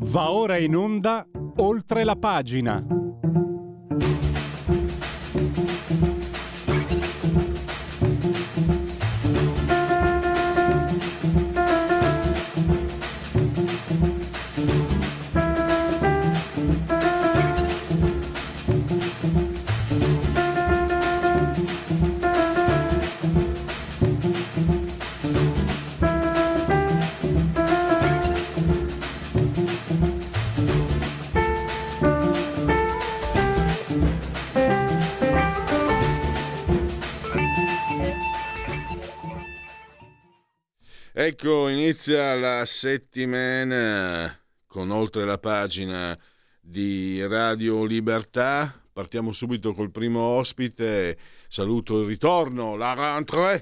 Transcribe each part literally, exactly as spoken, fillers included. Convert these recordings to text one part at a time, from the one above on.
Va ora in onda Oltre la pagina. Ecco, inizia la settimana con Oltre la pagina di Radio Libertà. Partiamo subito col primo ospite. Saluto il ritorno, la rentrée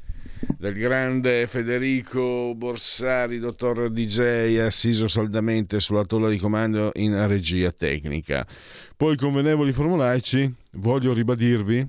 del grande Federico Borsari, dottor D J, assiso saldamente sulla tolla di comando in regia tecnica. Poi, convenevoli formulaici, voglio ribadirvi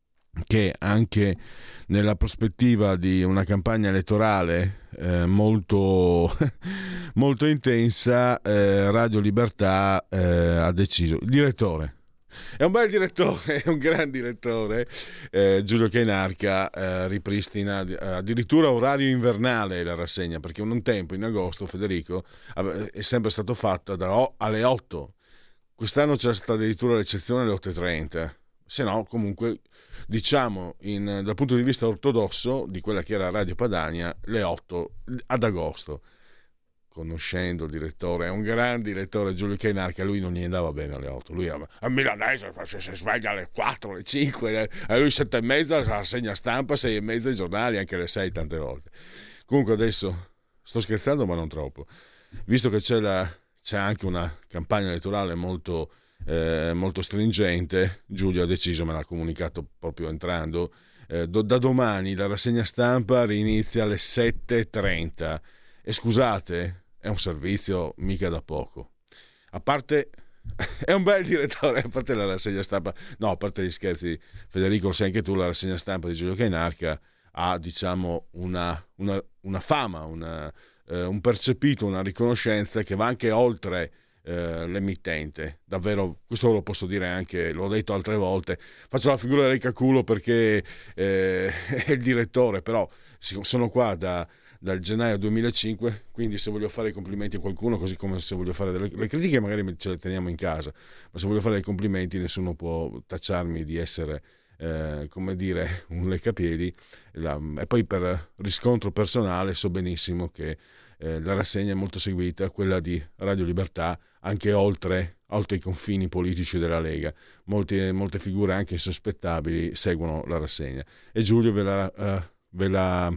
che anche nella prospettiva di una campagna elettorale eh, molto, molto intensa, eh, Radio Libertà eh, ha deciso, il direttore, è un bel direttore, è un gran direttore, eh, Giulio Cainarca, eh, ripristina addirittura orario invernale la rassegna, perché un tempo in agosto, Federico, è sempre stato fatta da, alle otto, quest'anno c'è stata addirittura l'eccezione alle otto e trenta, se no comunque diciamo in, dal punto di vista ortodosso di quella che era Radio Padania, le otto ad agosto. Conoscendo il direttore, è un gran direttore Giulio Cainarca, lui non gli andava bene alle otto, lui a milanese si sveglia alle quattro, alle cinque, a lui sette e mezza la rassegna stampa, sei e mezza i giornali, anche alle sei tante volte. Comunque adesso sto scherzando ma non troppo, visto che c'è, la, c'è anche una campagna elettorale molto Eh, molto stringente, Giulio ha deciso, me l'ha comunicato proprio entrando, eh, do, da domani la rassegna stampa rinizia alle sette e trenta e scusate, è un servizio mica da poco, a parte è un bel direttore, a parte la rassegna stampa, no, a parte gli scherzi, Federico, lo sai anche tu, la rassegna stampa di Giulio Cainarca ha, diciamo, una, una, una fama, una, eh, un percepito, una riconoscenza che va anche oltre Uh, l'emittente, davvero, questo lo posso dire anche, l'ho detto altre volte, faccio la figura del caculo perché eh, è il direttore, però sono qua da, dal gennaio duemilacinque, quindi se voglio fare i complimenti a qualcuno, così come se voglio fare delle le critiche magari ce le teniamo in casa, ma se voglio fare dei complimenti nessuno può tacciarmi di essere eh, come dire un leccapiedi. La, e poi per riscontro personale so benissimo che Eh, la rassegna è molto seguita, quella di Radio Libertà, anche oltre, oltre i confini politici della Lega. Molte, molte figure anche insospettabili seguono la rassegna e Giulio ve la, uh, ve la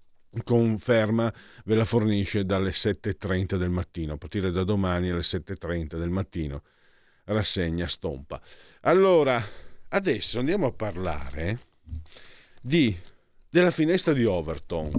conferma, ve la fornisce dalle sette e trenta del mattino, a partire da domani alle sette e trenta del mattino, rassegna stompa. Allora, adesso andiamo a parlare di, della finestra di Overton.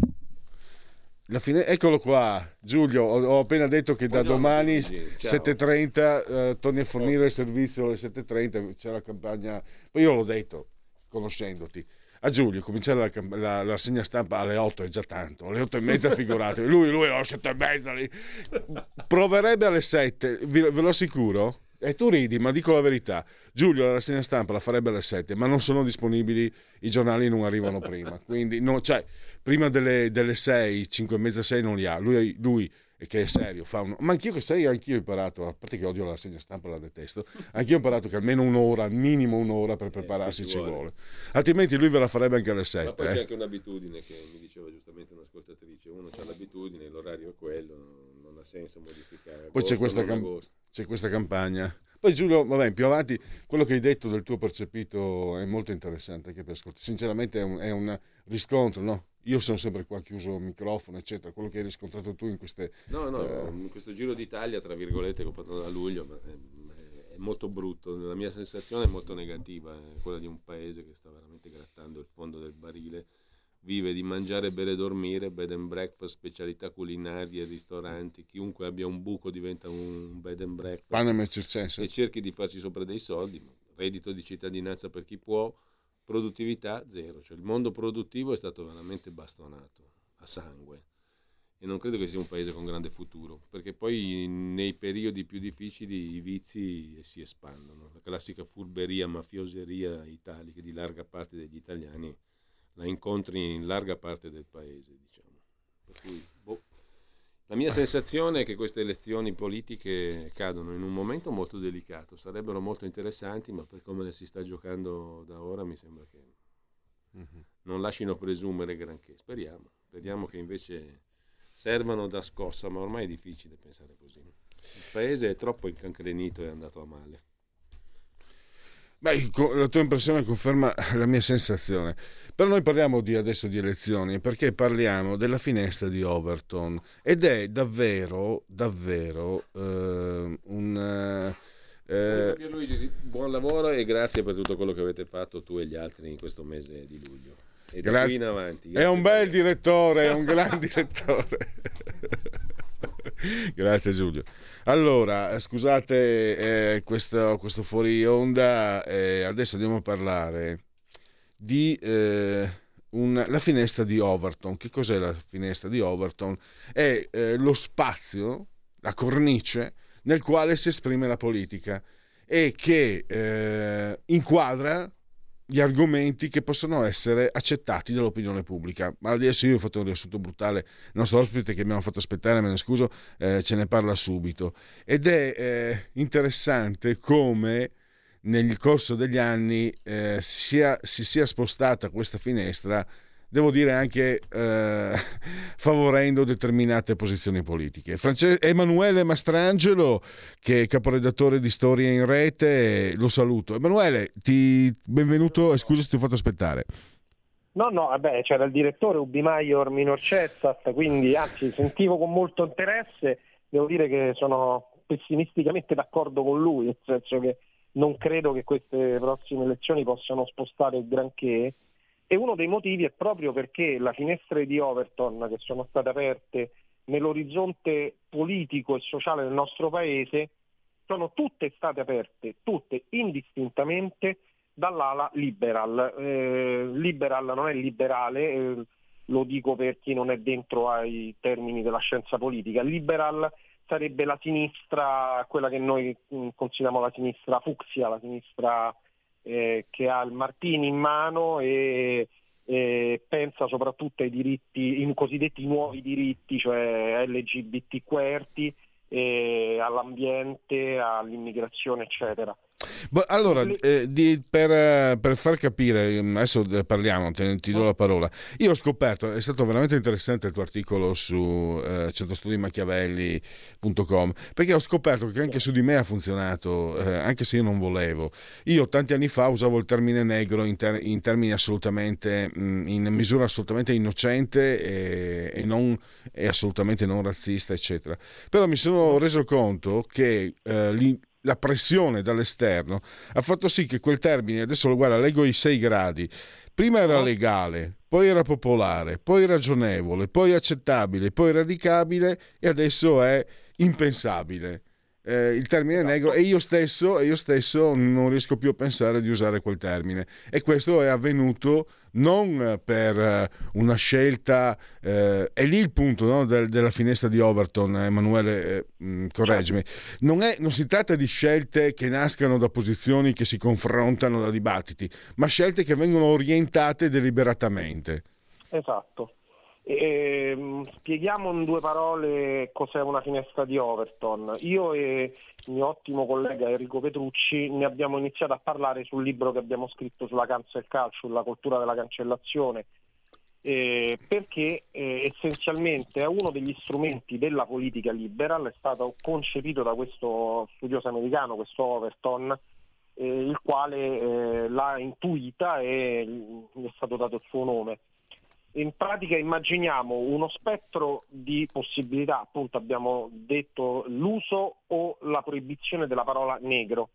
La fine... Eccolo qua, Giulio, ho, ho appena detto che da Buongiorno, domani sette e trenta eh, torni a fornire il servizio alle sette e trenta, c'è la campagna, poi io l'ho detto, conoscendoti, a Giulio cominciare la, la, la rassegna stampa alle otto è già tanto, alle otto e mezza figurate, lui, lui alle sette e mezza, lì. Proverebbe alle sette, ve, ve lo assicuro, e tu ridi, ma dico la verità, Giulio la rassegna stampa la farebbe alle sette, ma non sono disponibili, i giornali non arrivano prima, quindi no, cioè prima delle, delle sei, cinque e mezza, sei non li ha, lui, lui che è serio, fa un... ma anch'io che sei, anch'io ho imparato, a parte che odio la rassegna stampa, la detesto, anch'io ho imparato che almeno un'ora, al minimo un'ora per prepararsi eh, ci vuole. vuole, altrimenti lui ve la farebbe anche alle sette. Ma poi eh. c'è anche un'abitudine che mi diceva giustamente un'ascoltatrice, uno ha l'abitudine, l'orario è quello, non ha senso modificare. Agosto, poi c'è questa, cam... c'è questa campagna. Poi Giulio, vabbè, più avanti, quello che hai detto del tuo percepito è molto interessante anche per ascoltare. Sinceramente è un, è un riscontro, no? Io sono sempre qua chiuso il microfono, eccetera. Quello che hai riscontrato tu in queste... No, no, eh... in questo Giro d'Italia, tra virgolette, che ho fatto da luglio, è, è molto brutto. La mia sensazione è molto negativa, è quella di un paese che sta veramente grattando il fondo del barile. Vive di mangiare, bere e dormire, bed and breakfast, specialità culinarie, ristoranti, chiunque abbia un buco diventa un bed and breakfast. Panem et circenses. E cerchi di farci sopra dei soldi, reddito di cittadinanza per chi può, produttività zero, cioè il mondo produttivo è stato veramente bastonato a sangue e non credo che sia un paese con grande futuro, perché poi nei periodi più difficili i vizi si espandono. La classica furberia, mafioseria italica di larga parte degli italiani la incontri in larga parte del paese, diciamo. Per cui, boh. La mia sensazione è che queste elezioni politiche cadono in un momento molto delicato, sarebbero molto interessanti, ma per come le si sta giocando da ora mi sembra che mm-hmm. non lasciano presumere granché. Speriamo, speriamo che invece servano da scossa, ma ormai è difficile pensare così. Il paese è troppo incancrenito e è andato a male. Beh, la tua impressione conferma la mia sensazione. Però noi parliamo di adesso di elezioni perché parliamo della finestra di Overton ed è davvero, davvero eh, un... Eh, Luigi, buon lavoro e grazie per tutto quello che avete fatto tu e gli altri in questo mese di luglio. E da qui in avanti. È un bel direttore, è un gran direttore. Grazie Giulio. Allora, scusate eh, questo, questo fuori onda, eh, adesso andiamo a parlare di eh, un, la finestra di Overton. Che cos'è la finestra di Overton? È eh, lo spazio, la cornice nel quale si esprime la politica e che eh, inquadra gli argomenti che possono essere accettati dall'opinione pubblica. Ma adesso io ho fatto un riassunto brutale, il nostro ospite che abbiamo fatto aspettare, me ne scuso, eh, ce ne parla subito. Ed è eh, interessante come nel corso degli anni eh, sia, si sia spostata questa finestra, devo dire anche eh, favorendo determinate posizioni politiche. France- Emanuele Mastrangelo, che è caporedattore di Storia in Rete, lo saluto. Emanuele, ti... benvenuto e scusa se ti ho fatto aspettare. No, no, vabbè, c'era il direttore Ubi Maior Minor Cessat, quindi anzi sentivo con molto interesse, devo dire che sono pessimisticamente d'accordo con lui, nel senso che non credo che queste prossime elezioni possano spostare il granché. E uno dei motivi è proprio perché le finestre di Overton che sono state aperte nell'orizzonte politico e sociale del nostro paese sono tutte state aperte, tutte indistintamente dall'ala liberal. Eh, liberal non è liberale, eh, lo dico per chi non è dentro ai termini della scienza politica. Liberal sarebbe la sinistra, quella che noi mh, consideriamo la sinistra fucsia, la sinistra Eh, che ha il martini in mano e, e pensa soprattutto ai diritti, i cosiddetti nuovi diritti, cioè L G B T Q I, e all'ambiente, all'immigrazione, eccetera. Allora, eh, di, per, per far capire, adesso parliamo, te, ti do la parola. Io ho scoperto, è stato veramente interessante il tuo articolo su eh, centro studi machiavelli punto com, perché ho scoperto che anche su di me ha funzionato, eh, anche se io non volevo. Io tanti anni fa usavo il termine negro in, ter- in termini assolutamente, mh, in misura assolutamente innocente e, e, non, e assolutamente non razzista, eccetera. Però mi sono reso conto che eh, lì la pressione dall'esterno ha fatto sì che quel termine, adesso lo guarda, leggo i sei gradi, prima era legale, poi era popolare, poi ragionevole, poi accettabile, poi radicabile e adesso è impensabile. Eh, il termine negro, e io stesso e io stesso non riesco più a pensare di usare quel termine, e questo è avvenuto non per una scelta, eh, è lì il punto, no, del, della finestra di Overton, Emanuele, eh, correggimi, non, è, non si tratta di scelte che nascano da posizioni che si confrontano, da dibattiti, ma scelte che vengono orientate deliberatamente. Esatto. E, spieghiamo in due parole cos'è una finestra di Overton. Io e il mio ottimo collega Enrico Petrucci ne abbiamo iniziato a parlare sul libro che abbiamo scritto sulla cancel culture, la cultura della cancellazione, eh, perché eh, essenzialmente è uno degli strumenti della politica liberal, è stato concepito da questo studioso americano, questo Overton, eh, il quale eh, l'ha intuita e gli è stato dato il suo nome. In pratica immaginiamo uno spettro di possibilità, appunto abbiamo detto l'uso o la proibizione della parola negro.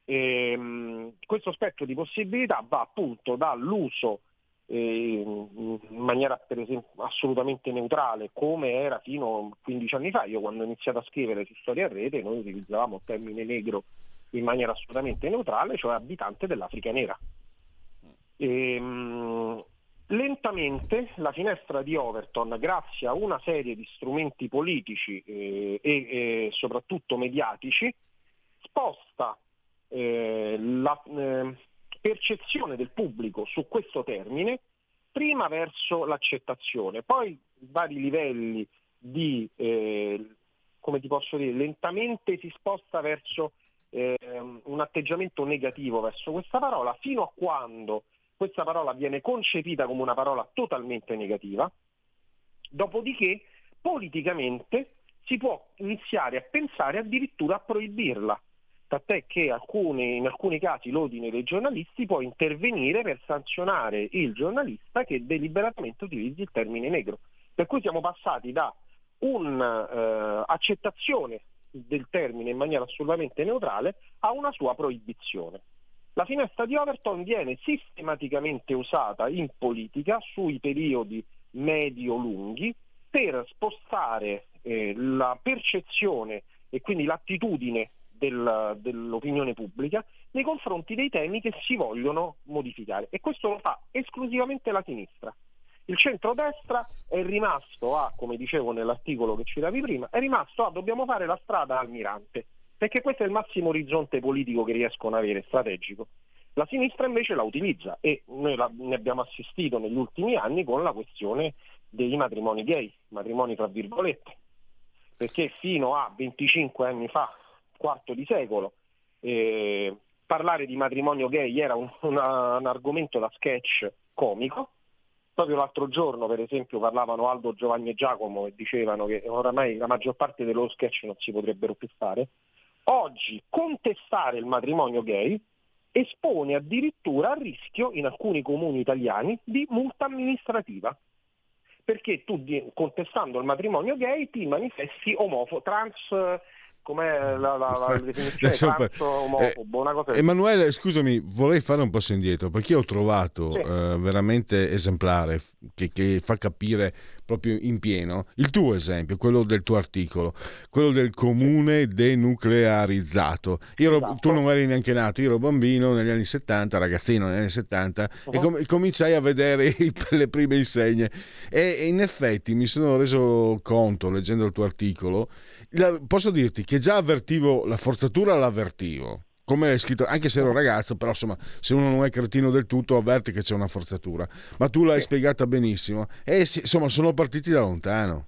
E, questo spettro di possibilità va appunto dall'uso eh, in maniera per esempio assolutamente neutrale, come era fino a quindici anni fa. Io quando ho iniziato a scrivere su Storia a Rete noi utilizzavamo il termine negro in maniera assolutamente neutrale, cioè abitante dell'Africa nera. E, Lentamente la finestra di Overton, grazie a una serie di strumenti politici eh, e, e soprattutto mediatici, sposta eh, la eh, percezione del pubblico su questo termine prima verso l'accettazione, poi vari livelli di, eh, come ti posso dire, lentamente si sposta verso eh, un atteggiamento negativo verso questa parola, fino a quando questa parola viene concepita come una parola totalmente negativa, dopodiché politicamente si può iniziare a pensare addirittura a proibirla, tant'è che alcuni, in alcuni casi l'ordine dei giornalisti può intervenire per sanzionare il giornalista che deliberatamente utilizzi il termine negro. Per cui siamo passati da un'accettazione eh, del termine in maniera assolutamente neutrale a una sua proibizione. La finestra di Overton viene sistematicamente usata in politica sui periodi medio-lunghi per spostare eh, la percezione e quindi l'attitudine del, dell'opinione pubblica nei confronti dei temi che si vogliono modificare, e questo lo fa esclusivamente la sinistra. Il centrodestra è rimasto a, come dicevo nell'articolo che citavi prima, è rimasto a dobbiamo fare la strada Almirante, perché questo è il massimo orizzonte politico che riescono ad avere, strategico. La sinistra invece la utilizza, e noi la, ne abbiamo assistito negli ultimi anni con la questione dei matrimoni gay, matrimoni tra virgolette, perché fino a venticinque anni fa, quarto di secolo, eh, parlare di matrimonio gay era un, una, un argomento da sketch comico. Proprio l'altro giorno, per esempio, parlavano Aldo, Giovanni e Giacomo e dicevano che oramai la maggior parte dei loro sketch non si potrebbero più fare. Oggi contestare il matrimonio gay espone addirittura a rischio in alcuni comuni italiani di multa amministrativa, perché tu contestando il matrimonio gay ti manifesti omofo, trans, com'è la, la, la definizione, trans omofobo, una cosa. Emanuele, scusami, vorrei fare un passo indietro, perché io ho trovato sì. eh, veramente esemplare che, che fa capire proprio in pieno il tuo esempio, quello del tuo articolo, quello del comune denuclearizzato. Io ero, esatto. Tu non eri neanche nato, io ero bambino negli anni settanta, ragazzino negli anni settanta, uh-huh. e com- cominciai a vedere i, le prime insegne e, e in effetti mi sono reso conto, leggendo il tuo articolo, la, posso dirti che già avvertivo la forzatura, l'avvertivo, come è scritto, anche se ero ragazzo, però insomma, se uno non è cretino del tutto avverte che c'è una forzatura, ma tu l'hai sì. spiegata benissimo e insomma sono partiti da lontano.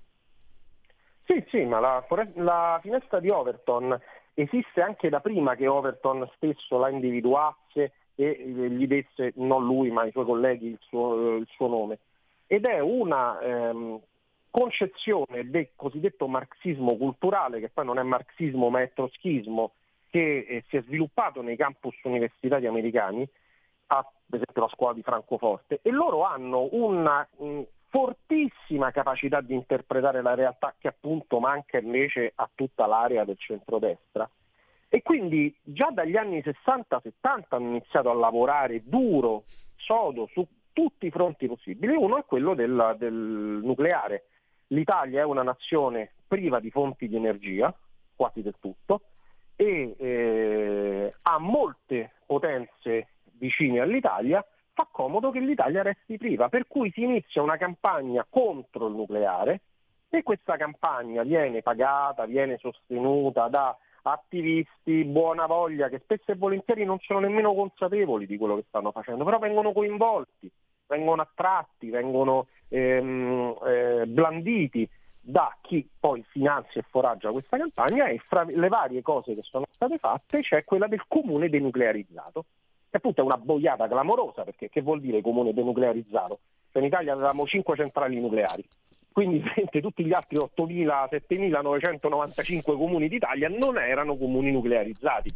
Sì, sì, ma la, la finestra di Overton esiste anche da prima che Overton stesso la individuasse e gli desse, non lui ma i suoi colleghi, il suo, il suo nome, ed è una ehm, concezione del cosiddetto marxismo culturale, che poi non è marxismo ma è troschismo, che eh, si è sviluppato nei campus universitari americani, a, per esempio la scuola di Francoforte, e loro hanno una mh, fortissima capacità di interpretare la realtà che appunto manca invece a tutta l'area del centrodestra. E quindi già dagli anni sessanta settanta hanno iniziato a lavorare duro, sodo, su tutti i fronti possibili. Uno è quello del, del nucleare. L'Italia è una nazione priva di fonti di energia, quasi del tutto, e eh, ha molte potenze vicine all'Italia, fa comodo che l'Italia resti priva, per cui si inizia una campagna contro il nucleare, e questa campagna viene pagata, viene sostenuta da attivisti buona voglia che spesso e volentieri non sono nemmeno consapevoli di quello che stanno facendo, però vengono coinvolti, vengono attratti, vengono ehm, eh, blanditi da chi poi finanzia e foraggia questa campagna, e fra le varie cose che sono state fatte c'è quella del comune denuclearizzato, che appunto è una boiata clamorosa, perché che vuol dire comune denuclearizzato? Cioè in Italia avevamo cinque centrali nucleari, quindi tutti gli altri ottomila settemilanovancentonovantacinque comuni d'Italia non erano comuni nuclearizzati.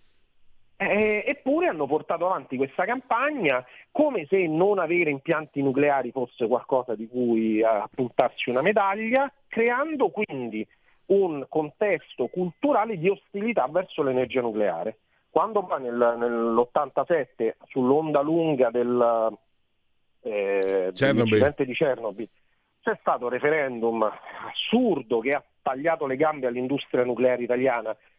Eh, eppure hanno portato avanti questa campagna come se non avere impianti nucleari fosse qualcosa di cui appuntarsi una medaglia, creando quindi un contesto culturale di ostilità verso l'energia nucleare. Quando poi nel, nell'ottantasette, sull'onda lunga del, eh, dell'incidente di Chernobyl, c'è stato un referendum assurdo che ha tagliato le gambe all'industria nucleare italiana, che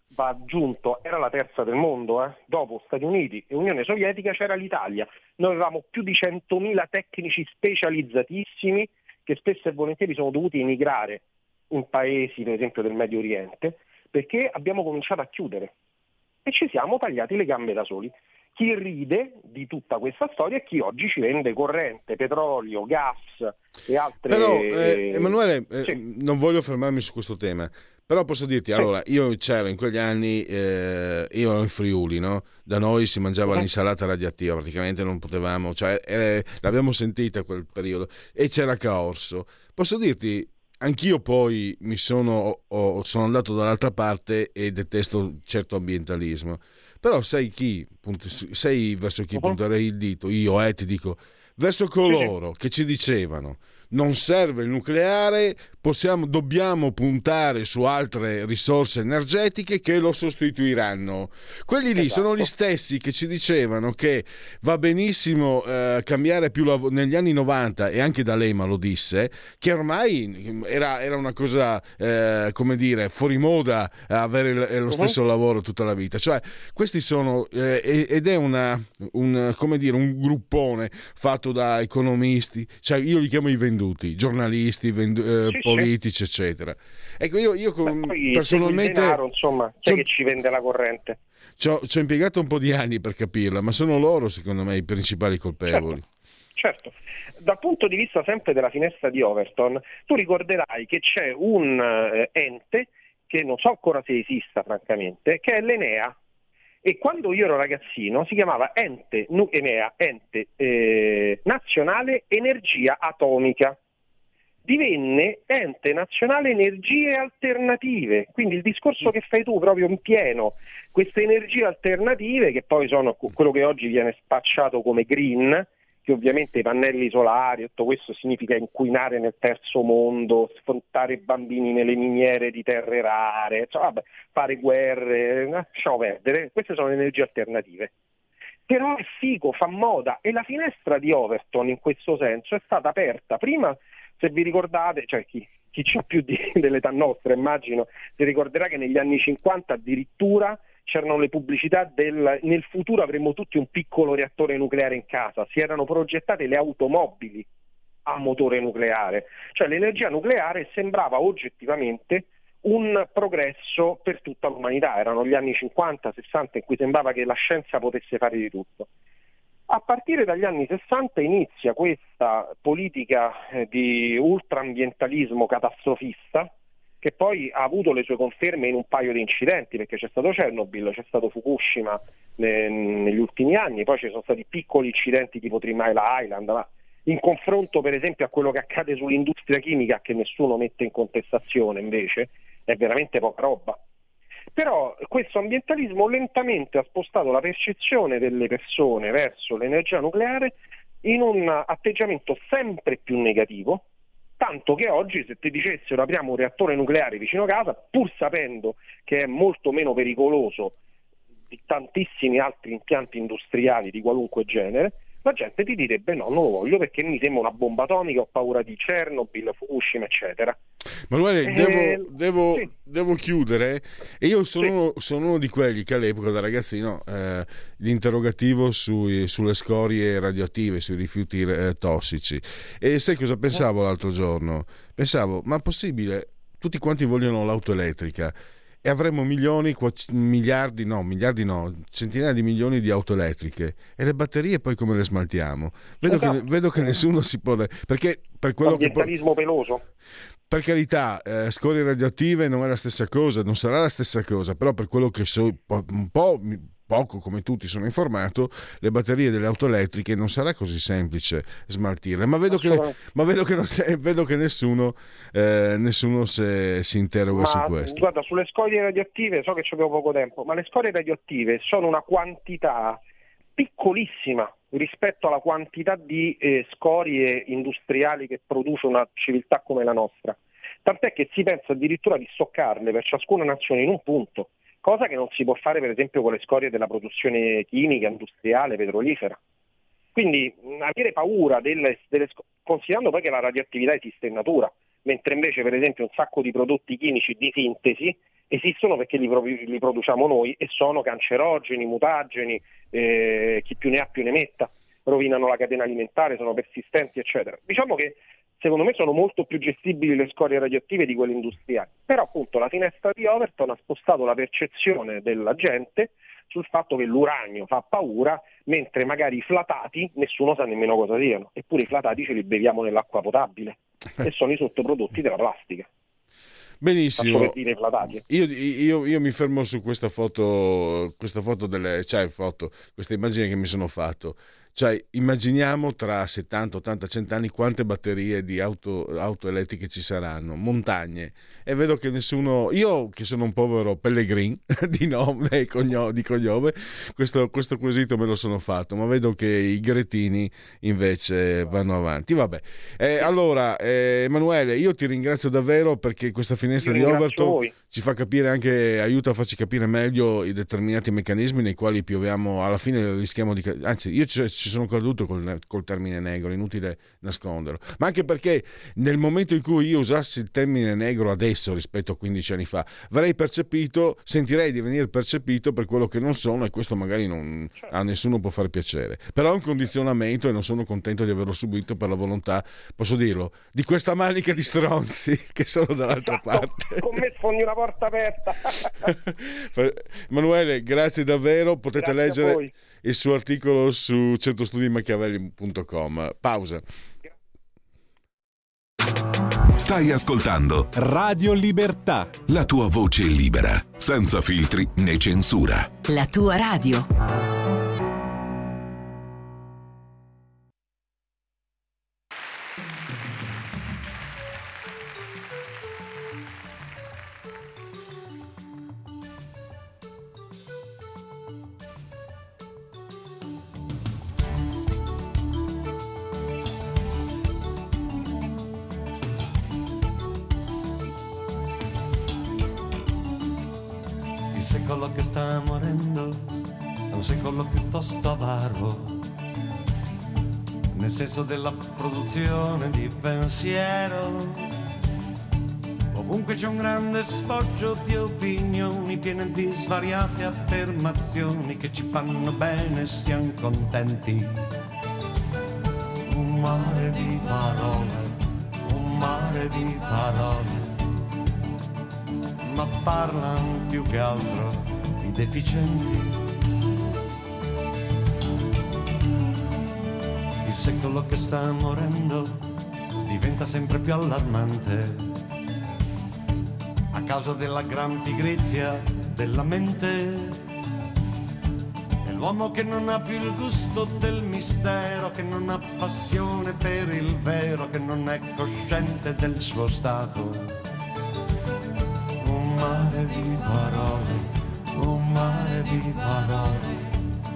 va aggiunto, era la terza del mondo, eh? Dopo Stati Uniti e Unione Sovietica c'era l'Italia. Noi avevamo più di centomila tecnici specializzatissimi che spesso e volentieri sono dovuti emigrare in paesi, per esempio, del Medio Oriente, perché abbiamo cominciato a chiudere e ci siamo tagliati le gambe da soli. Chi ride di tutta questa storia è chi oggi ci vende corrente, petrolio, gas e altre... Però, eh, Emanuele, eh, sì. non voglio fermarmi su questo tema, però posso dirti, Sì. allora, io c'ero in quegli anni, eh, io ero in Friuli, no? Da noi si mangiava Uh-huh. l'insalata radioattiva, praticamente non potevamo, cioè, eh, l'abbiamo sentita quel periodo, e c'era Caorso. Posso dirti, anch'io poi mi sono, ho- sono andato dall'altra parte e detesto certo ambientalismo. Però sai chi, punto- sai verso chi Uh-huh. punterei il dito? Io, eh, ti dico, verso coloro che ci dicevano non serve il nucleare, possiamo, dobbiamo puntare su altre risorse energetiche che lo sostituiranno. Quelli lì Esatto. sono gli stessi che ci dicevano che va benissimo eh, cambiare più lav- negli anni novanta, e anche D'Alema lo disse, che ormai era, era una cosa, eh, come dire, fuori moda avere il- lo stesso Uh-huh. lavoro tutta la vita. Cioè, questi sono, eh, ed è una, un, come dire, un gruppone fatto da economisti, cioè io li chiamo i venduti, giornalisti, vendu- eh, Sì, sì. politici, eccetera. Ecco, io, io con- Beh, poi personalmente il denaro, insomma, chi è so- che ci vende la corrente? ci ho, ci ho impiegato un po' di anni per capirla, ma sono loro, secondo me, i principali colpevoli. Certo, certo. Dal punto di vista sempre della finestra di Overton, tu ricorderai che c'è un eh, ente che non so ancora se esista francamente, che è l'Enea. E quando io ero ragazzino si chiamava Ente, nu, Enea, Ente eh, Nazionale Energia Atomica. Divenne Ente Nazionale Energie Alternative, quindi il discorso che fai tu proprio in pieno, queste energie alternative che poi sono quello che oggi viene spacciato come green, che ovviamente i pannelli solari, tutto questo significa inquinare nel terzo mondo, sfruttare i bambini nelle miniere di terre rare, cioè, vabbè, fare guerre, lasciamo perdere, queste sono le energie alternative. Però è figo, fa moda, e la finestra di Overton in questo senso è stata aperta. Prima, se vi ricordate, cioè chi, chi c'ha più di, dell'età nostra immagino, si ricorderà che negli anni cinquanta addirittura c'erano le pubblicità del nel futuro avremo tutti un piccolo reattore nucleare in casa, si erano progettate le automobili a motore nucleare, cioè l'energia nucleare sembrava oggettivamente un progresso per tutta l'umanità. Erano gli anni cinquanta sessanta in cui sembrava che la scienza potesse fare di tutto. A partire dagli anni sessanta inizia questa politica eh, di ultraambientalismo catastrofista, che poi ha avuto le sue conferme in un paio di incidenti, perché c'è stato Chernobyl, c'è stato Fukushima ne, negli ultimi anni, poi ci sono stati piccoli incidenti tipo Three Mile Island, ma in confronto per esempio a quello che accade sull'industria chimica, che nessuno mette in contestazione invece, è veramente poca roba. Però questo ambientalismo lentamente ha spostato la percezione delle persone verso l'energia nucleare in un atteggiamento sempre più negativo, tanto che oggi se ti dicessero apriamo un reattore nucleare vicino casa, pur sapendo che è molto meno pericoloso di tantissimi altri impianti industriali di qualunque genere, la gente ti direbbe no, non lo voglio perché mi sembra una bomba atomica, ho paura di Chernobyl, Fukushima, eccetera. Manuele, Eh, devo, devo, sì. devo chiudere, e io sono, sono uno di quelli che all'epoca da ragazzino eh, l'interrogativo sui, sulle scorie radioattive, sui rifiuti eh, tossici, e sai cosa pensavo l'altro giorno? Pensavo, ma possibile, tutti quanti vogliono l'auto elettrica e avremo milioni, miliardi, no, miliardi no, centinaia di milioni di auto elettriche, e le batterie poi come le smaltiamo? Vedo, Esatto. che, vedo che nessuno si pone, perché per quello che poi... Ambientalismo peloso. Per carità, eh, scorie radioattive non è la stessa cosa, non sarà la stessa cosa, però per quello che so, un po', poco come tutti sono informato, le batterie delle auto elettriche non sarà così semplice smaltirle, ma vedo che, ma vedo che, non, vedo che nessuno, eh, nessuno se, si interroga ma, su questo. Guarda, sulle scorie radioattive, so che ci abbiamo poco tempo, ma le scorie radioattive sono una quantità piccolissima rispetto alla quantità di eh, scorie industriali che produce una civiltà come la nostra. Tant'è che si pensa addirittura di stoccarle per ciascuna nazione in un punto, cosa che non si può fare per esempio con le scorie della produzione chimica, industriale, petrolifera. Quindi mh, avere paura delle, delle scorie, considerando poi che la radioattività esiste in natura, mentre invece per esempio un sacco di prodotti chimici di sintesi esistono perché li, li produciamo noi e sono cancerogeni, mutageni, eh, chi più ne ha più ne metta, rovinano la catena alimentare, sono persistenti, eccetera. Diciamo che secondo me sono molto più gestibili le scorie radioattive di quelle industriali, però appunto la finestra di Overton ha spostato la percezione della gente sul fatto che l'uranio fa paura, mentre magari i flatati nessuno sa nemmeno cosa siano, eppure i flatati ce li beviamo nell'acqua potabile e sono i sottoprodotti della plastica. Benissimo, io, io, io mi fermo su questa foto, questa foto delle, cioè foto, questa immagine che mi sono fatto. Cioè, immaginiamo tra settanta, ottanta, cento anni quante batterie di auto, auto elettriche ci saranno, montagne, e vedo che nessuno, io che sono un povero pellegrin di nome, di cognome, di cognome questo, questo quesito me lo sono fatto, ma vedo che i gretini invece vanno avanti. Vabbè, eh, allora eh, Emanuele, io ti ringrazio davvero perché questa finestra di Overton voi. Ci fa capire anche, aiuta a farci capire meglio i determinati meccanismi nei quali pioviamo, alla fine rischiamo di, anzi io ci, ci sono caduto col, col termine negro, inutile nasconderlo, ma anche perché nel momento in cui io usassi il termine negro adesso rispetto a quindici anni fa, verrei percepito, sentirei di venire percepito per quello che non sono, e questo magari non, a nessuno può fare piacere, però è un condizionamento e non sono contento di averlo subito per la volontà, posso dirlo, di questa manica di stronzi che sono dall'altra esatto, parte. Con me sfondi una porta aperta. Emanuele, grazie davvero, potete grazie leggere il suo articolo su centostudi machiavelli punto com. Pausa. Stai ascoltando Radio Libertà, la tua voce libera, senza filtri né censura. La tua radio. Il secolo che sta morendo è un secolo piuttosto avaro, nel senso della produzione di pensiero. Ovunque c'è un grande sfoggio di opinioni piene di svariate affermazioni che ci fanno bene, stiamo contenti. Un mare di parole, un mare di parole, ma parlano più che altro i deficienti. Il secolo che sta morendo diventa sempre più allarmante a causa della gran pigrizia della mente. È l'uomo che non ha più il gusto del mistero, che non ha passione per il vero, che non è cosciente del suo stato. Un mare di parole, un mare di parole,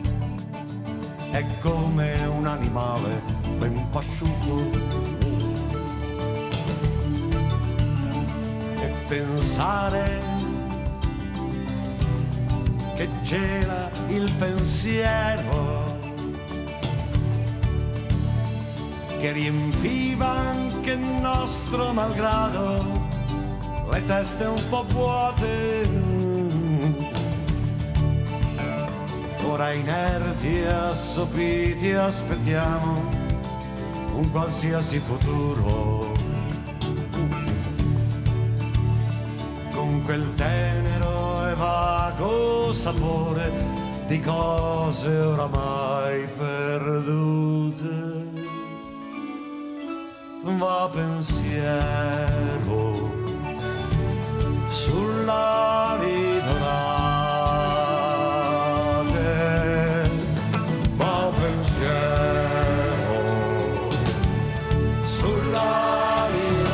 è come un animale ben pasciuto. E pensare che gela il pensiero, che riempiva anche il nostro malgrado le teste un po' vuote, ora inerti e assopiti aspettiamo un qualsiasi futuro, con quel tenero e vago sapore di cose oramai perdute. Va pensiero sull'arido rate, va pensiero sull'arido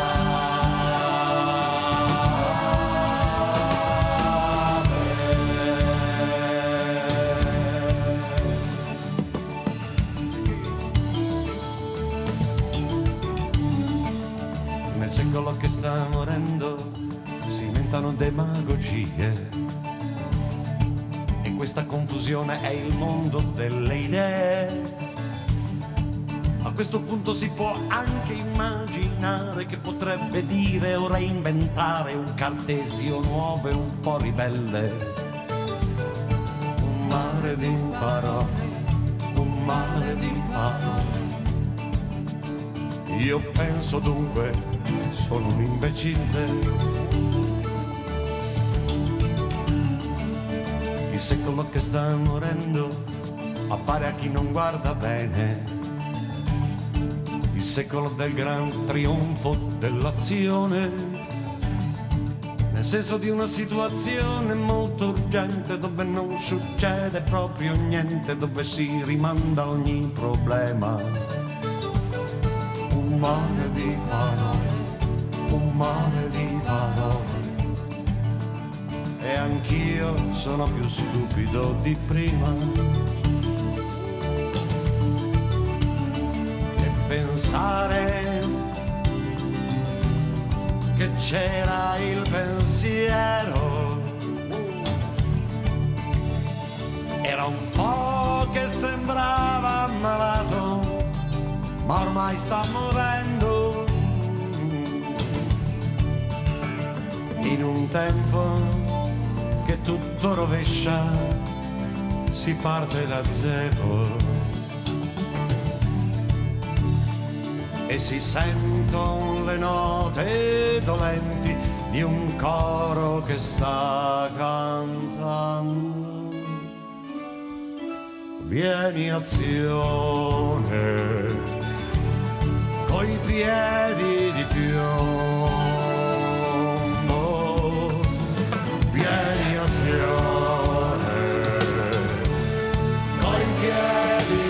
rate. Nel secolo che sta morendo demagogie, e questa confusione è il mondo delle idee. A questo punto si può anche immaginare che potrebbe dire o reinventare un Cartesio nuovo e un po' ribelle. Un mare di parole, un mare di parole. Io penso dunque, sono un imbecille. Il secolo che sta morendo appare a chi non guarda bene. Il secolo del gran trionfo dell'azione, nel senso di una situazione molto urgente dove non succede proprio niente, dove si rimanda ogni problema. Un mare di parole, un mare di parole. E anch'io sono più stupido di prima. Pensare che c'era il pensiero, era un po' che sembrava ammalato, ma ormai sta morendo. In un tempo che tutto rovescia, si parte da zero. E si sentono le note dolenti di un coro che sta cantando. Vieni azione, coi piedi di piombo. Vieni azione, coi piedi di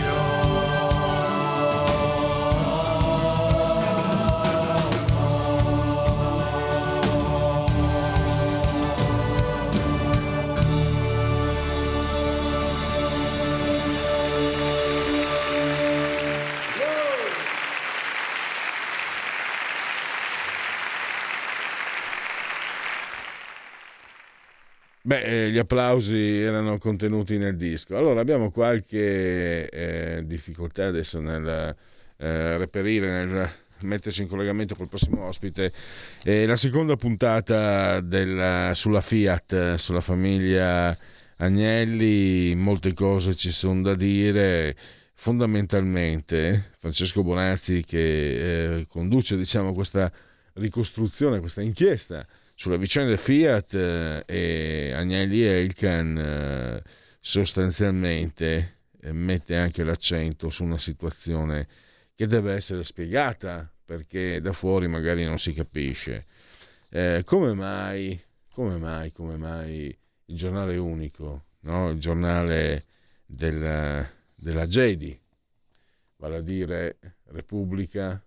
Beh, gli applausi erano contenuti nel disco. Allora abbiamo qualche eh, difficoltà adesso nel eh, reperire, nel metterci in collegamento col prossimo ospite. Eh, la seconda puntata della, sulla Fiat, sulla famiglia Agnelli, molte cose ci sono da dire. Fondamentalmente Francesco Bonazzi, che eh, conduce, diciamo, questa ricostruzione, questa inchiesta sulla vicenda Fiat, eh, e Agnelli Elkann eh, sostanzialmente eh, mette anche l'accento su una situazione che deve essere spiegata, perché da fuori magari non si capisce. Eh, come mai, come mai, come mai il giornale unico, no? Il giornale della, della Gedi, vale a dire Repubblica,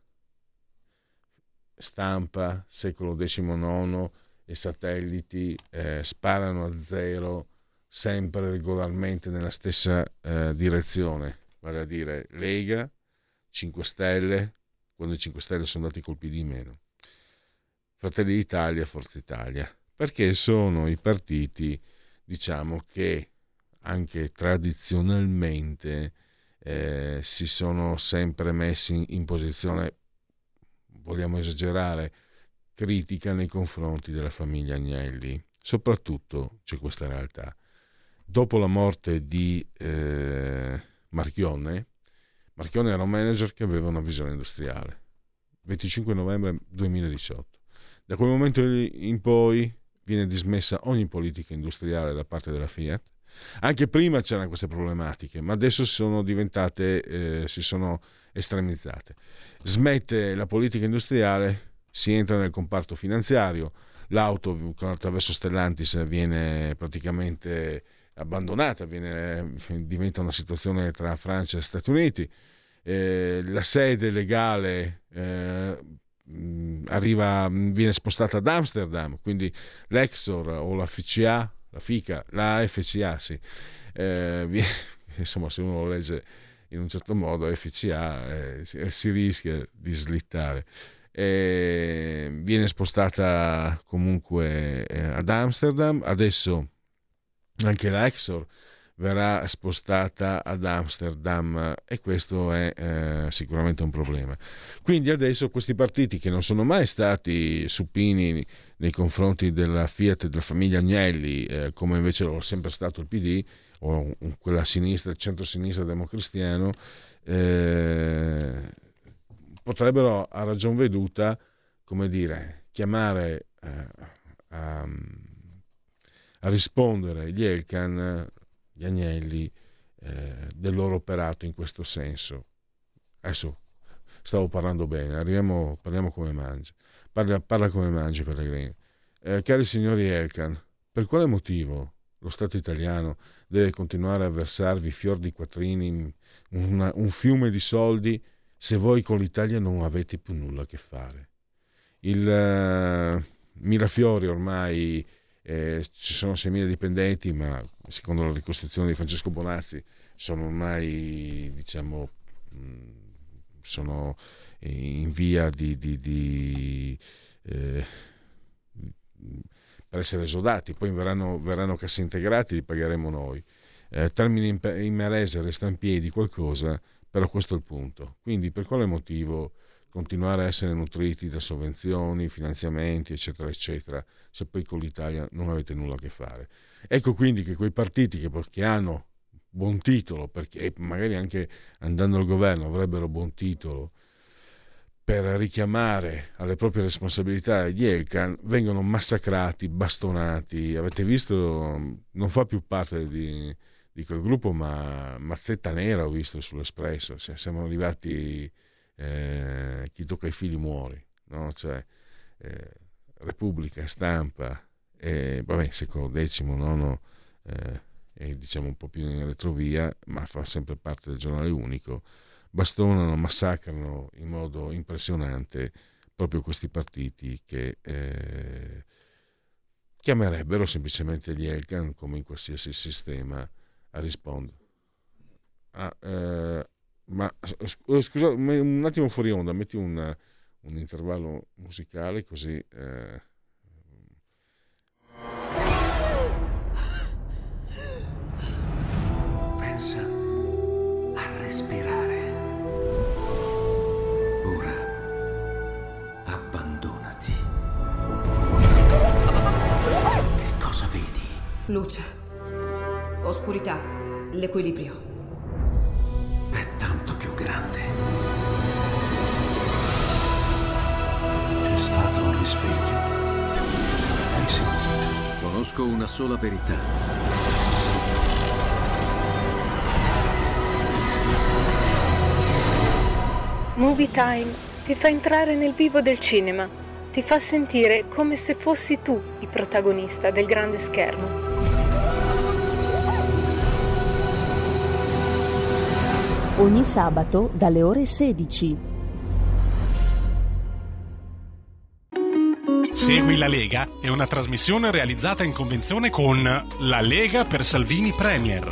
Stampa, Secolo diciannove e Satelliti eh, sparano a zero sempre regolarmente nella stessa eh, direzione, vale a dire Lega, cinque Stelle, quando i cinque Stelle sono dati colpi di meno, Fratelli d'Italia, Forza Italia, perché sono i partiti, diciamo, che anche tradizionalmente eh, si sono sempre messi in, in posizione, vogliamo esagerare, critica nei confronti della famiglia Agnelli. Soprattutto c'è questa realtà: dopo la morte di eh, Marchionne, Marchionne era un manager che aveva una visione industriale. venticinque novembre duemiladiciotto. Da quel momento in poi viene dismessa ogni politica industriale da parte della Fiat. Anche prima c'erano queste problematiche, ma adesso sono diventate, eh, si sono estremizzate. Smette la politica industriale, si entra nel comparto finanziario, l'auto attraverso Stellantis viene praticamente abbandonata, viene, diventa una situazione tra Francia e Stati Uniti, eh, la sede legale eh, arriva, viene spostata ad Amsterdam, quindi l'Exor o la F C A, la FICA, la F C A, sì, eh, viene, insomma, se uno lo legge in un certo modo, F C A eh, si, si rischia di slittare. Eh, viene spostata comunque eh, ad Amsterdam. Adesso anche la Exor verrà spostata ad Amsterdam, e questo è eh, sicuramente un problema. Quindi adesso questi partiti, che non sono mai stati supini nei confronti della Fiat e della famiglia Agnelli, eh, come invece lo è sempre stato il P D o quella sinistra, il centro-sinistra democristiano, eh, potrebbero a ragion veduta, come dire, chiamare eh, a, a rispondere gli Elkann, gli Agnelli, eh, del loro operato in questo senso. Adesso stavo parlando bene, arriviamo, parliamo come mangia. Parla, parla come mangi, Pellegrini. Eh, cari signori Elkann, per quale motivo lo Stato italiano deve continuare a versarvi fior di quattrini, una, un fiume di soldi, se voi con l'Italia non avete più nulla a che fare? Il uh, Mirafiori ormai eh, ci sono seimila dipendenti, ma secondo la ricostruzione di Francesco Bonazzi sono ormai, diciamo, sono in via di, di, di eh, per essere esodati, poi verranno, verranno cassaintegrati, li pagheremo noi. Eh, Termini in, in Marese resta in piedi qualcosa, però questo è il punto. Quindi per quale motivo continuare a essere nutriti da sovvenzioni, finanziamenti, eccetera, eccetera, se poi con l'Italia non avete nulla a che fare? Ecco quindi che quei partiti che, che hanno buon titolo, perché e magari anche andando al governo avrebbero buon titolo per richiamare alle proprie responsabilità gli Elkann, vengono massacrati, bastonati. Avete visto, non fa più parte di, di quel gruppo, ma Mazzetta Nera ho visto sull'Espresso, siamo arrivati, eh, chi tocca i figli muori, no? Cioè, eh, Repubblica, Stampa, e vabbè, secolo decimo, nono, eh, e diciamo un po' più in retrovia, ma fa sempre parte del giornale unico, bastonano, massacrano in modo impressionante proprio questi partiti che eh, chiamerebbero semplicemente gli Elkann, come in qualsiasi sistema, a rispondere. Ah, eh, ma scusa, un attimo fuori onda, metti un, un intervallo musicale così... Eh, Luce, oscurità, l'equilibrio. È tanto più grande. C'è stato un risveglio. Hai sentito? Conosco una sola verità. Movie Time ti fa entrare nel vivo del cinema, ti fa sentire come se fossi tu il protagonista del grande schermo. Ogni sabato dalle ore sedici. Segui la Lega è una trasmissione realizzata in convenzione con La Lega per Salvini Premier.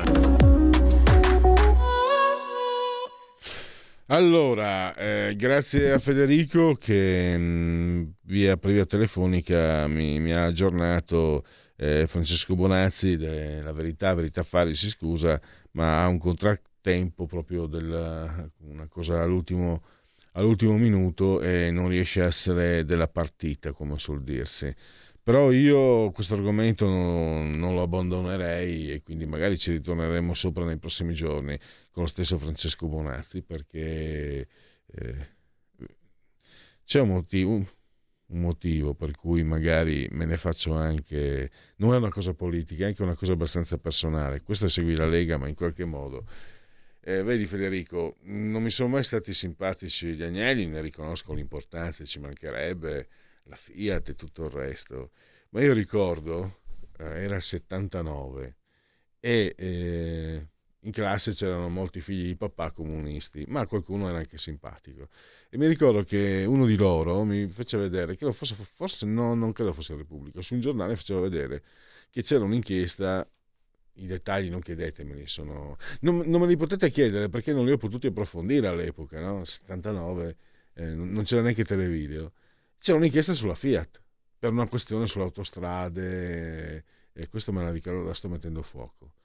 Allora, eh, grazie a Federico che mh, via previa telefonica mi, mi ha aggiornato. eh, Francesco Bonazzi, de, la verità, verità Fari si scusa, ma ha un contrattempo proprio del, una cosa all'ultimo, all'ultimo minuto e non riesce a essere della partita, come suol dirsi. Però io questo argomento non, non lo abbandonerei e quindi magari ci ritorneremo sopra nei prossimi giorni con lo stesso Francesco Bonazzi, perché eh, c'è un motivo, un motivo per cui magari me ne faccio anche, non è una cosa politica, è anche una cosa abbastanza personale. Questo è Segui la Lega, ma in qualche modo eh, vedi Federico, non mi sono mai stati simpatici gli Agnelli, ne riconosco l'importanza, ci mancherebbe, la Fiat e tutto il resto, ma io ricordo eh, era il settantanove e eh, in classe c'erano molti figli di papà comunisti, ma qualcuno era anche simpatico, e mi ricordo che uno di loro mi faceva vedere, che forse, forse no, non credo fosse la Repubblica, su un giornale faceva vedere che c'era un'inchiesta. I dettagli non chiedetemeli, sono... non, non me li potete chiedere perché non li ho potuti approfondire all'epoca, no? settantanove, eh, non c'era neanche televideo. C'era un'inchiesta sulla Fiat per una questione sulle autostrade, e questo me la ricordo, la sto mettendo a fuoco.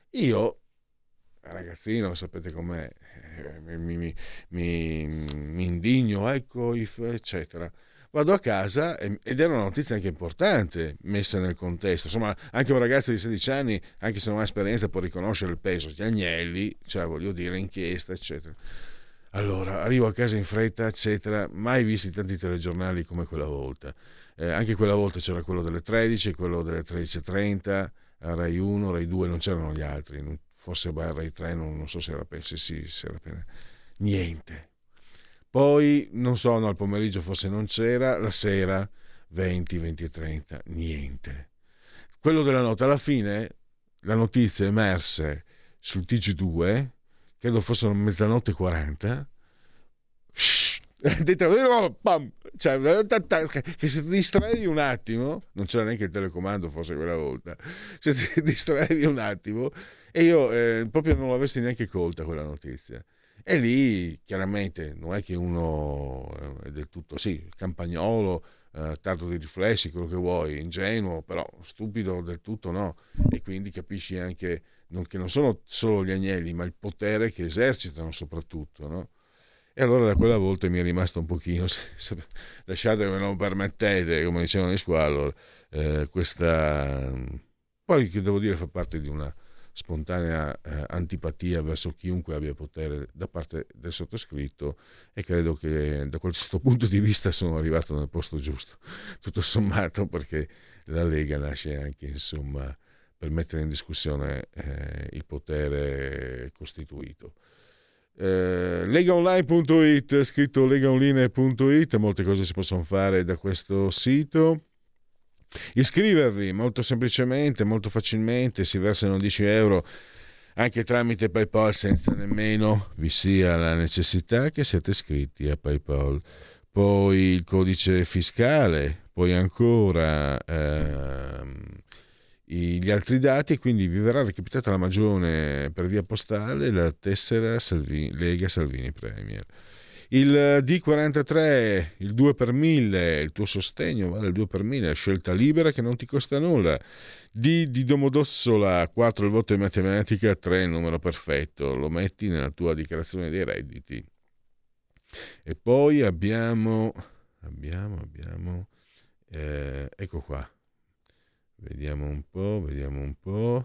Io, ragazzino, sapete com'è, eh, mi, mi, mi, mi indigno, ecco, eccetera. Vado a casa ed era una notizia anche importante messa nel contesto. Insomma, anche un ragazzo di sedici anni, anche se non ha esperienza, può riconoscere il peso. Gli agnelli, cioè voglio dire, inchiesta, eccetera. Allora, arrivo a casa in fretta, eccetera. Mai visti tanti telegiornali come quella volta. Eh, anche quella volta c'era quello delle tredici, quello delle tredici e trenta, Rai uno, Rai due, non c'erano gli altri. Forse Rai tre, non, non so se era penso, sì, se era appena. Niente. Poi, non so, no, al pomeriggio forse non c'era, la sera venti, venti e trenta, niente. Quello della notte, alla fine, la notizia emerse sul T G due, credo fossero mezzanotte e quaranta, dentro, pam, cioè, che se ti distrai un attimo, non c'era neanche il telecomando forse quella volta, se ti distrai un attimo, e io eh, proprio non l'avessi neanche colta quella notizia. E lì chiaramente non è che uno è del tutto, sì, campagnolo, eh, tardo di riflessi, quello che vuoi, ingenuo, però stupido del tutto no. E quindi capisci anche non, che non sono solo gli agnelli, ma il potere che esercitano soprattutto, no? E allora da quella volta mi è rimasto un pochino, se, se, lasciatemi, non permettete, come dicevano gli Squallor, eh, questa... Poi che devo dire fa parte di una spontanea eh, antipatia verso chiunque abbia potere da parte del sottoscritto, e credo che da questo punto di vista sono arrivato nel posto giusto, tutto sommato, perché la Lega nasce anche, insomma, per mettere in discussione eh, il potere costituito. Eh, legaonline punto it, scritto legaonline punto it, molte cose si possono fare da questo sito. Iscrivervi molto semplicemente, molto facilmente, si versano dieci euro anche tramite PayPal senza nemmeno vi sia la necessità che siate iscritti a PayPal. Poi il codice fiscale, poi ancora ehm, gli altri dati, quindi vi verrà recapitata la magione per via postale la tessera Salvini, Lega Salvini Premier. Il D quarantatré, il due per mille, il tuo sostegno vale il due per mille, scelta libera che non ti costa nulla. D di Domodossola, quattro il voto in matematica, tre il numero perfetto, lo metti nella tua dichiarazione dei redditi. E poi abbiamo, abbiamo, abbiamo, eh, ecco qua, vediamo un po', vediamo un po'.